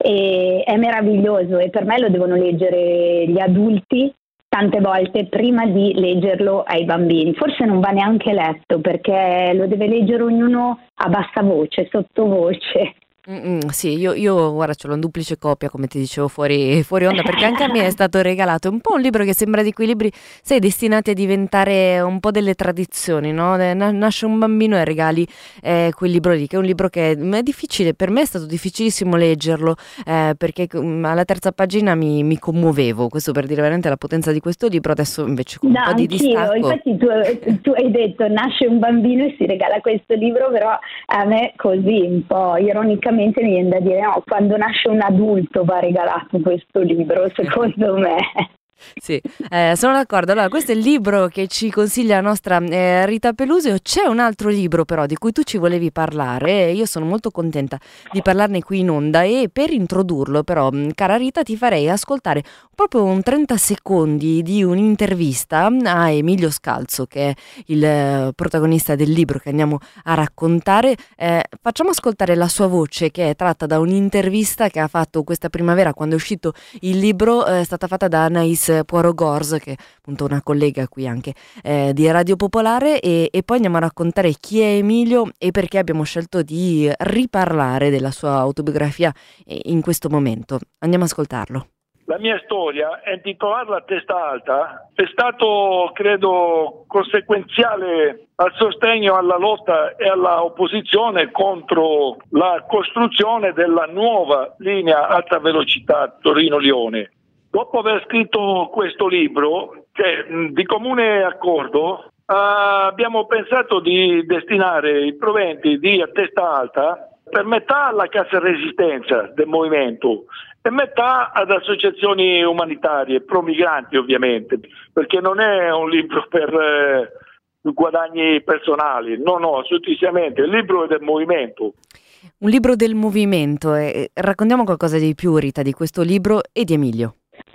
e è meraviglioso, e per me lo devono leggere gli adulti tante volte prima di leggerlo ai bambini. Forse non va neanche letto, perché lo deve leggere ognuno a bassa voce, sottovoce. Mm, mm, sì, io, io guarda, ce l'ho in duplice copia, come ti dicevo fuori, fuori onda, perché anche a me è stato regalato. È un po' un libro che sembra di quei libri, sai, destinati a diventare un po' delle tradizioni, no? Eh, na- nasce un bambino e regali eh, quel libro lì, che è un libro che è, è difficile, per me è stato difficilissimo leggerlo, eh, perché mm, alla terza pagina mi, mi commuovevo, questo per dire veramente la potenza di questo libro. Adesso invece con un No, po' di anch'io, distacco... infatti tu, tu hai detto nasce un bambino e si regala questo libro, però a me così un po' ironicamente mi viene da dire no, quando nasce un adulto va regalato questo libro, secondo me. Sì, eh, sono d'accordo. Allora, questo è il libro che ci consiglia la nostra eh, Rita Pelusio. C'è un altro libro però di cui tu ci volevi parlare e io sono molto contenta di parlarne qui in onda, e per introdurlo però, mh, cara Rita, ti farei ascoltare proprio un trenta secondi di un'intervista a Emilio Scalzo, che è il eh, protagonista del libro che andiamo a raccontare. Eh, facciamo ascoltare la sua voce, che è tratta da un'intervista che ha fatto questa primavera quando è uscito il libro, eh, è stata fatta da Anaïs Poirot-Gorz, che è appunto una collega qui anche eh, di Radio Popolare, e, e poi andiamo a raccontare chi è Emilio e perché abbiamo scelto di riparlare della sua autobiografia eh, in questo momento. Andiamo a ascoltarlo. La mia storia, intitolarla Testa Alta, è stato, credo, conseguenziale al sostegno alla lotta e alla opposizione contro la costruzione della nuova linea alta velocità Torino-Lione. Dopo aver scritto questo libro, che di comune accordo, eh, abbiamo pensato di destinare i proventi di A Testa Alta per metà alla cassa resistenza del movimento e metà ad associazioni umanitarie, pro migranti ovviamente, perché non è un libro per eh, guadagni personali, no, no, assolutamente, il libro è del movimento. Un libro del movimento, e raccontiamo qualcosa di più, Rita, di questo libro e di Emilio.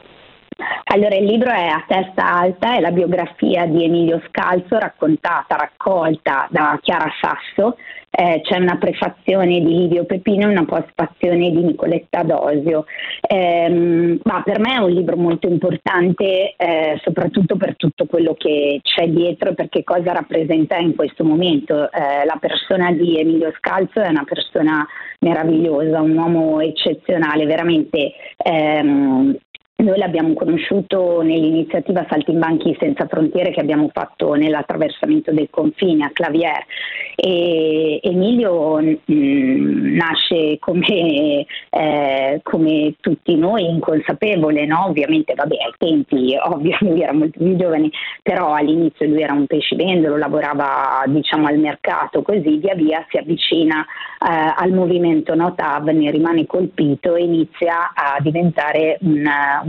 Allora, il libro è A Testa Alta, è la biografia di Emilio Scalzo raccontata, raccolta da Chiara Sasso. Eh, c'è una prefazione di Livio Pepino e una postfazione di Nicoletta Dosio. Eh, ma per me è un libro molto importante, eh, soprattutto per tutto quello che c'è dietro, perché cosa rappresenta in questo momento. Eh, la persona di Emilio Scalzo è una persona meravigliosa, un uomo eccezionale, veramente. Ehm, Noi l'abbiamo conosciuto nell'iniziativa Saltimbanchi Senza Frontiere che abbiamo fatto nell'attraversamento del confine a Clavière, e Emilio mh, nasce come, eh, come tutti noi, inconsapevole, no? Ovviamente, vabbè, ai tempi, ovvio, lui era molto più giovane, però all'inizio lui era un pescivendolo, lavorava diciamo al mercato, così via via si avvicina eh, al movimento No T A V, ne rimane colpito e inizia a diventare un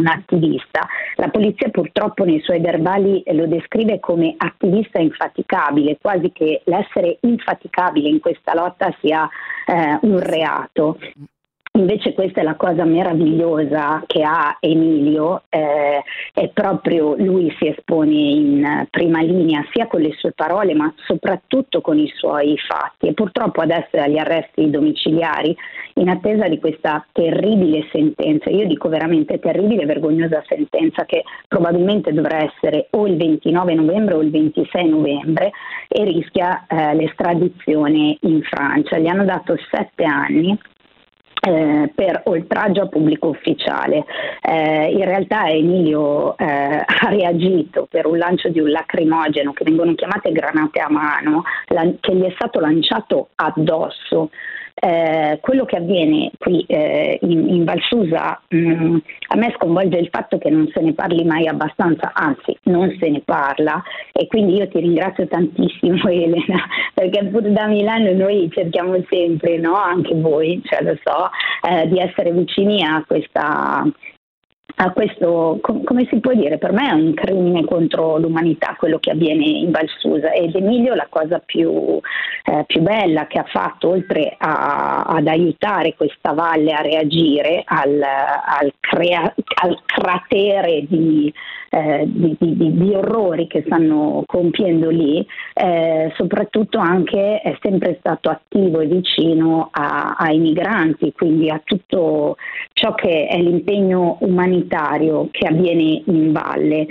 un attivista. La polizia purtroppo nei suoi verbali lo descrive come attivista infaticabile, quasi che l'essere infaticabile in questa lotta sia eh, un reato. Invece questa è la cosa meravigliosa che ha Emilio, eh, è proprio lui si espone in prima linea sia con le sue parole ma soprattutto con i suoi fatti, e purtroppo adesso è agli arresti domiciliari in attesa di questa terribile sentenza, io dico veramente terribile, vergognosa sentenza che probabilmente dovrà essere o il ventinove novembre o il ventisei novembre, e rischia eh, l'estradizione in Francia. Gli hanno dato sette anni Eh, per oltraggio a pubblico ufficiale. Eh, in realtà Emilio eh, ha reagito per un lancio di un lacrimogeno, che vengono chiamate granate a mano, la, che gli è stato lanciato addosso. Eh, quello che avviene qui eh, in, in Val Susa mh, a me sconvolge il fatto che non se ne parli mai abbastanza, anzi non se ne parla, e quindi io ti ringrazio tantissimo Elena, perché pure da Milano noi cerchiamo sempre, no? Anche voi, cioè lo so, eh, di essere vicini a questa a questo, com- come si può dire, per me è un crimine contro l'umanità quello che avviene in Val Susa, ed Emilio la cosa più, eh, più bella che ha fatto, oltre a, ad aiutare questa valle a reagire al, al, crea- al cratere di, eh, di, di, di orrori che stanno compiendo lì, eh, soprattutto anche è sempre stato attivo e vicino a, ai migranti, quindi a tutto ciò che è l'impegno umanitario che avviene in valle,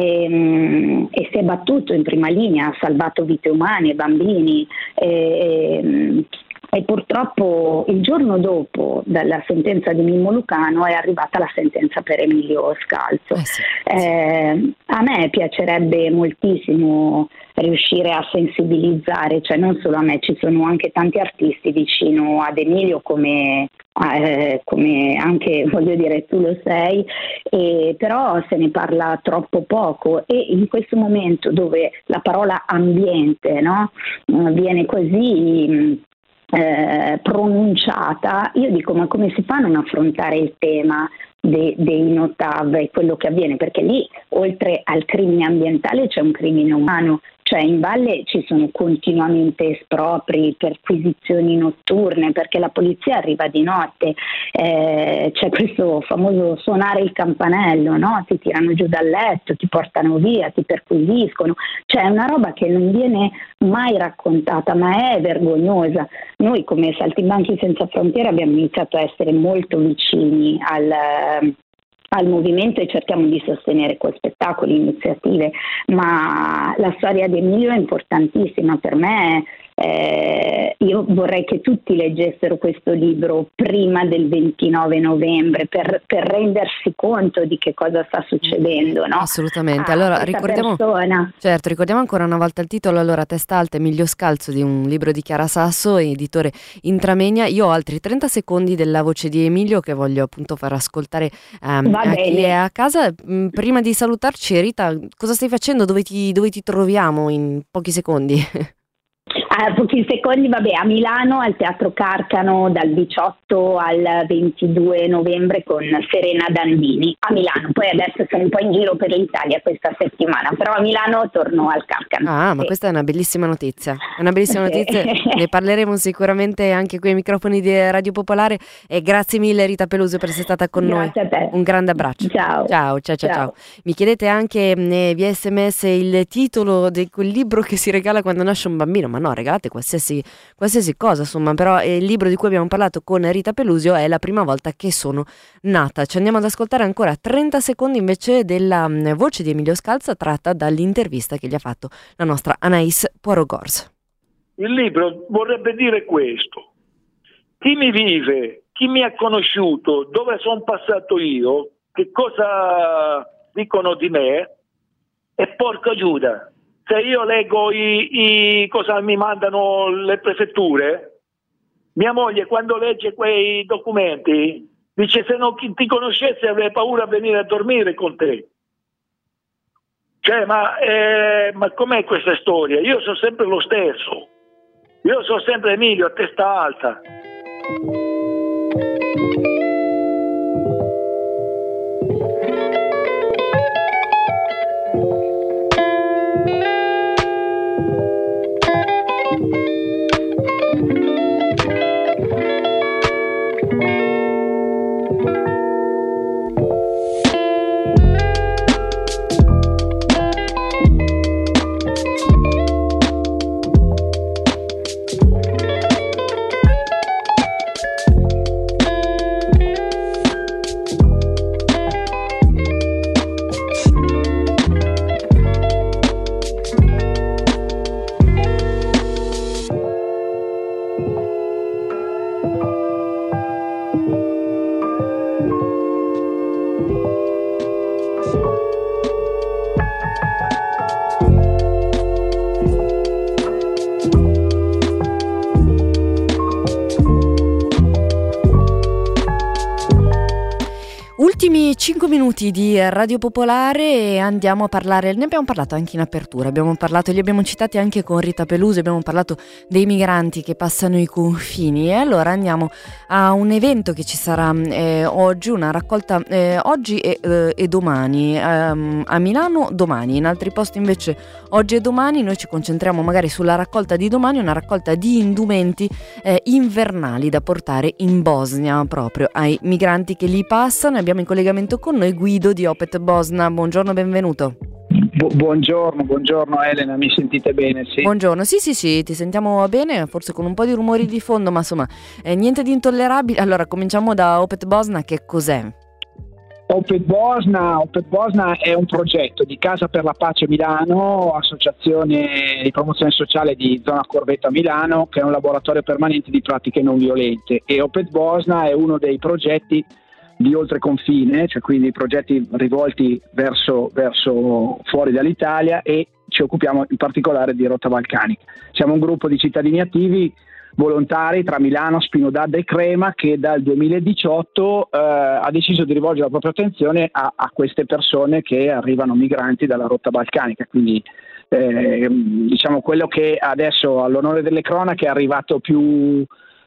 e, e si è battuto in prima linea, ha salvato vite umane, bambini, e, e purtroppo il giorno dopo dalla sentenza di Mimmo Lucano è arrivata la sentenza per Emilio Scalzo. Eh sì. Eh, a me piacerebbe moltissimo riuscire a sensibilizzare, cioè non solo a me, ci sono anche tanti artisti vicino ad Emilio come, eh, come anche, voglio dire, tu lo sei, e però se ne parla troppo poco, e in questo momento dove la parola ambiente, no, viene così eh, pronunciata, io dico ma come si fa a non affrontare il tema dei, dei notav e quello che avviene, perché lì oltre al crimine ambientale c'è un crimine umano, cioè in valle ci sono continuamente espropri, perquisizioni notturne, perché la polizia arriva di notte, eh, c'è questo famoso suonare il campanello, no? Ti tirano giù dal letto, ti portano via, ti perquisiscono, cioè è una roba che non viene mai raccontata, ma è vergognosa. Noi come Saltimbanchi Senza Frontiere abbiamo iniziato a essere molto vicini al al movimento e cerchiamo di sostenere con spettacoli, iniziative, ma la storia di Emilio è importantissima per me. Eh, io vorrei che tutti leggessero questo libro prima del ventinove novembre per, per rendersi conto di che cosa sta succedendo, no? Assolutamente. A Allora questa ricordiamo, persona. certo, ricordiamo ancora una volta il titolo. Allora, Testa Alta, Emilio Scalzo, di un libro di Chiara Sasso, editore Intramegna. Io ho altri trenta secondi della voce di Emilio che voglio appunto far ascoltare um, a chi è a casa. Mm, prima di salutarci, Rita, cosa stai facendo? Dove ti, dove ti troviamo in pochi secondi? A pochi secondi, vabbè, a Milano al Teatro Carcano dal diciotto al ventidue novembre con Serena Dandini a Milano, poi adesso sono un po' in giro per l'Italia questa settimana, però a Milano torno al Carcano. Ah, ma sì. Questa è una bellissima notizia, è una bellissima Sì. notizia, ne parleremo sicuramente anche qui ai microfoni di Radio Popolare, e grazie mille Rita Pelusio per essere stata con Grazie noi. a te. Un grande abbraccio. Ciao. Ciao, ciao, ciao, ciao. Ciao. Mi chiedete anche mh, via sms il titolo di quel libro che si regala quando nasce un bambino, ma no, regalate qualsiasi, qualsiasi cosa, insomma, però il libro di cui abbiamo parlato con Rita Pelusio è La prima volta che sono nata. Ci andiamo ad ascoltare ancora trenta secondi invece della mh, voce di Emilio Scalzo tratta dall'intervista che gli ha fatto la nostra Anaïs Poirot-Gors. Il libro vorrebbe dire questo: chi mi vive, chi mi ha conosciuto, dove sono passato io, che cosa dicono di me, e porca Giuda, se io leggo i, i cosa mi mandano le prefetture, mia moglie quando legge quei documenti dice se non chi ti conoscesse avrei paura a venire a dormire con te. Cioè, ma, eh, ma com'è questa storia? Io sono sempre lo stesso, io sono sempre Emilio a testa alta. Ultimi cinque minuti di Radio Popolare e andiamo a parlare, ne abbiamo parlato anche in apertura, abbiamo parlato, li abbiamo citati anche con Rita Peluso, abbiamo parlato dei migranti che passano i confini e allora andiamo a un evento che ci sarà eh, oggi, una raccolta eh, oggi e, eh, e domani, ehm, a Milano domani, in altri posti invece oggi e domani. Noi ci concentriamo magari sulla raccolta di domani, una raccolta di indumenti eh, invernali da portare in Bosnia proprio ai migranti che lì passano. Abbiamo in collegamento con noi Guido di Opet Bosna. Buongiorno, benvenuto. Bu- buongiorno, buongiorno Elena, mi sentite bene? Sì. Buongiorno, sì sì sì, ti sentiamo bene, forse con un po' di rumori di fondo, ma insomma eh, niente di intollerabile. Allora cominciamo da Opet Bosna, che cos'è? Opet Bosna, Opet Bosna è un progetto di Casa per la Pace Milano, associazione di promozione sociale di Zona Corvetto a Milano, che è un laboratorio permanente di pratiche non violente, e Opet Bosna è uno dei progetti di oltreconfine, cioè quindi progetti rivolti verso, verso fuori dall'Italia, e ci occupiamo in particolare di rotta balcanica. Siamo un gruppo di cittadini attivi volontari tra Milano, Spinodad e Crema, che dal duemiladiciotto eh, ha deciso di rivolgere la propria attenzione a, a queste persone che arrivano migranti dalla rotta balcanica, quindi eh, diciamo quello che adesso all'onore delle cronache è arrivato più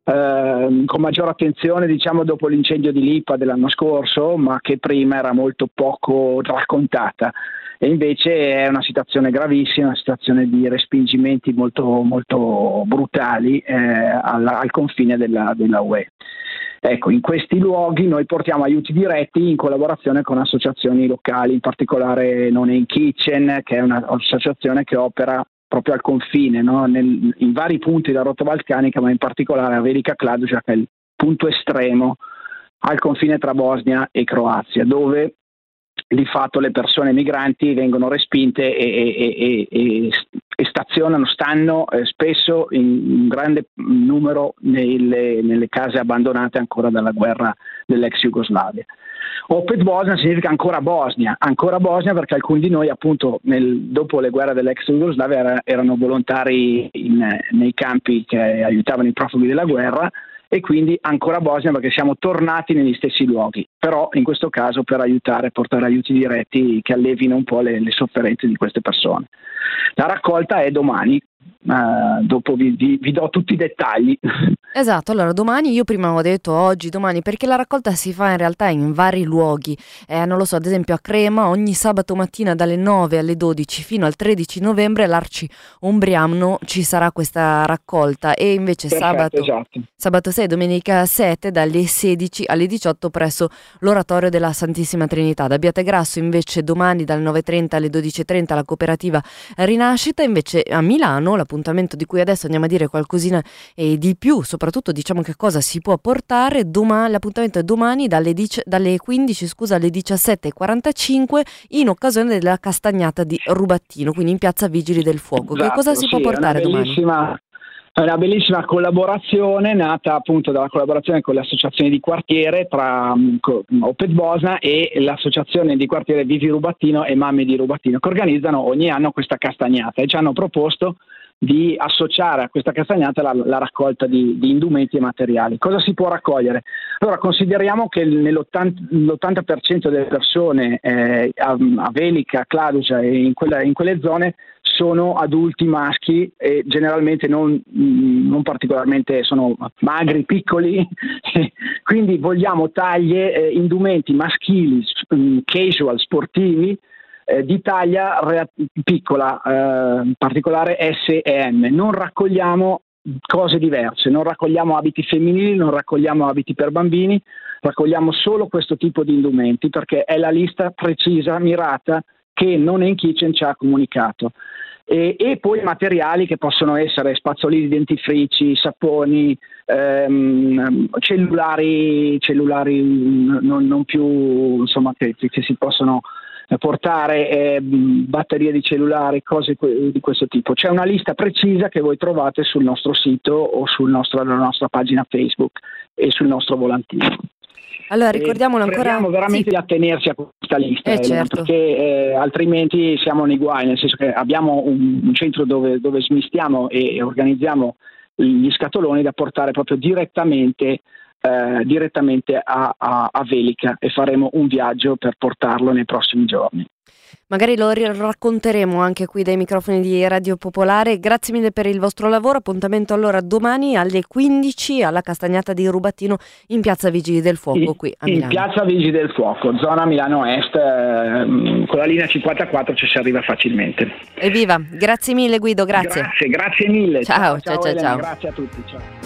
Uh, con maggiore attenzione, diciamo, dopo l'incendio di Lipa dell'anno scorso, ma che prima era molto poco raccontata, e invece è una situazione gravissima, una situazione di respingimenti molto, molto brutali eh, al, al confine della, della U E. Ecco, in questi luoghi noi portiamo aiuti diretti in collaborazione con associazioni locali, in particolare Non in Kitchen, che è un'associazione che opera proprio al confine, no? Nel, in vari punti della rotta balcanica, ma in particolare a Velika Kladuša, che è il punto estremo al confine tra Bosnia e Croazia, dove di fatto le persone migranti vengono respinte e, e, e, e, e stazionano, stanno eh, spesso in un grande numero nelle, nelle case abbandonate ancora dalla guerra dell'ex Jugoslavia. Opet Bosnia significa ancora Bosnia, ancora Bosnia perché alcuni di noi appunto nel, dopo le guerre dell'ex Jugoslavia era, erano volontari in, nei campi che aiutavano i profughi della guerra, e quindi ancora Bosnia perché siamo tornati negli stessi luoghi, però in questo caso per aiutare, portare aiuti diretti che allevino un po' le, le sofferenze di queste persone. La raccolta è domani, uh, dopo vi, vi, vi do tutti i dettagli. Esatto, allora domani, io prima ho detto oggi, domani, perché la raccolta si fa in realtà in vari luoghi, eh, non lo so, ad esempio a Crema ogni sabato mattina dalle nove alle dodici fino al tredici novembre all'Arci Ombriano ci sarà questa raccolta, e invece Perfetto, sabato, esatto. sabato sei e domenica sette dalle sedici alle diciotto presso l'Oratorio della Santissima Trinità. Da Abbiategrasso invece domani dalle nove e trenta alle dodici e trenta la cooperativa Rinascita, invece a Milano l'appuntamento di cui adesso andiamo a dire qualcosina e di più, soprattutto diciamo che cosa si può portare. Domani, l'appuntamento è domani dalle, dieci, dalle quindici scusa, alle diciassette e quarantacinque in occasione della castagnata di Rubattino, quindi in piazza Vigili del Fuoco. Esatto, che cosa si sì, può portare è una domani? È una bellissima collaborazione nata appunto dalla collaborazione con le associazioni di quartiere tra um, Opet Bosna e l'associazione di quartiere Vivi Rubattino e Mamme di Rubattino, che organizzano ogni anno questa castagnata, e ci hanno proposto di associare a questa castagnata la, la raccolta di, di indumenti e materiali. Cosa si può raccogliere? Allora, consideriamo che nell'ottanta l'ottanta per cento delle persone eh, a, a Velika, Kladuša e in, quella, in quelle zone sono adulti maschi, e generalmente non, non particolarmente sono magri, piccoli, quindi vogliamo taglie, eh, indumenti maschili, casual, sportivi, eh, di taglia re- piccola, eh, in particolare S e M. Non raccogliamo cose diverse, non raccogliamo abiti femminili, non raccogliamo abiti per bambini, raccogliamo solo questo tipo di indumenti perché è la lista precisa, mirata, che Non In Kitchen ci ha comunicato. E, e poi materiali che possono essere spazzolini, dentifrici, saponi, ehm, cellulari, cellulari non, non più, insomma, che, che si possono portare, eh, batterie di cellulari, cose di questo tipo. C'è una lista precisa che voi trovate sul nostro sito o sul nostro, sulla nostra pagina Facebook e sul nostro volantino. Allora ricordiamolo ancora. Speriamo veramente sì. di attenersi a questa lista, eh, Elena, certo. perché eh, altrimenti siamo nei guai, nel senso che abbiamo un, un centro dove, dove smistiamo e organizziamo gli scatoloni da portare proprio direttamente Eh, direttamente a, a, a Velica, e faremo un viaggio per portarlo nei prossimi giorni. Magari lo racconteremo anche qui dai microfoni di Radio Popolare. Grazie mille per il vostro lavoro. Appuntamento allora domani alle quindici alla Castagnata di Rubattino in piazza Vigili del Fuoco, in, qui a in Milano. piazza Vigili del Fuoco, zona Milano Est, eh, con la linea cinquantaquattro ci si arriva facilmente. Evviva, grazie mille Guido, grazie. Grazie, grazie mille. Ciao, ciao, ciao, ciao, Elena, ciao. Grazie a tutti, ciao.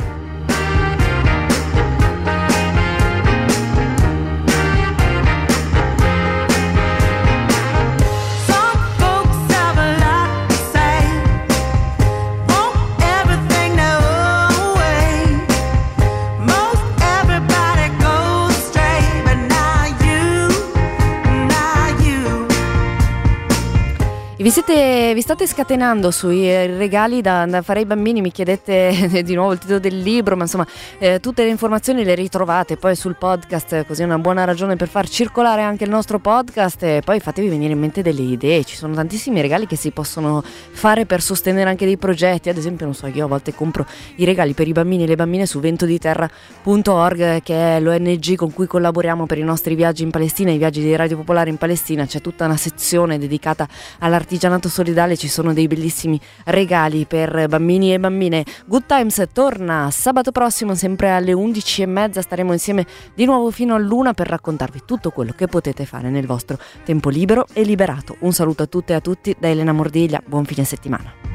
Vi, siete, vi state scatenando sui regali da, da fare ai bambini, mi chiedete di nuovo il titolo del libro, ma insomma eh, tutte le informazioni le ritrovate poi sul podcast, così è una buona ragione per far circolare anche il nostro podcast, e poi fatevi venire in mente delle idee, ci sono tantissimi regali che si possono fare per sostenere anche dei progetti. Ad esempio, non so, io a volte compro i regali per i bambini e le bambine su ventoditerra punto org, che è l'O N G con cui collaboriamo per i nostri viaggi in Palestina, i viaggi di Radio Popolare in Palestina. C'è tutta una sezione dedicata all'artigianato solidale, ci sono dei bellissimi regali per bambini e bambine. Good Times torna sabato prossimo sempre alle undici e mezza, staremo insieme di nuovo fino all'una per raccontarvi tutto quello che potete fare nel vostro tempo libero e liberato. Un saluto a tutte e a tutti da Elena Mordiglia, buon fine settimana.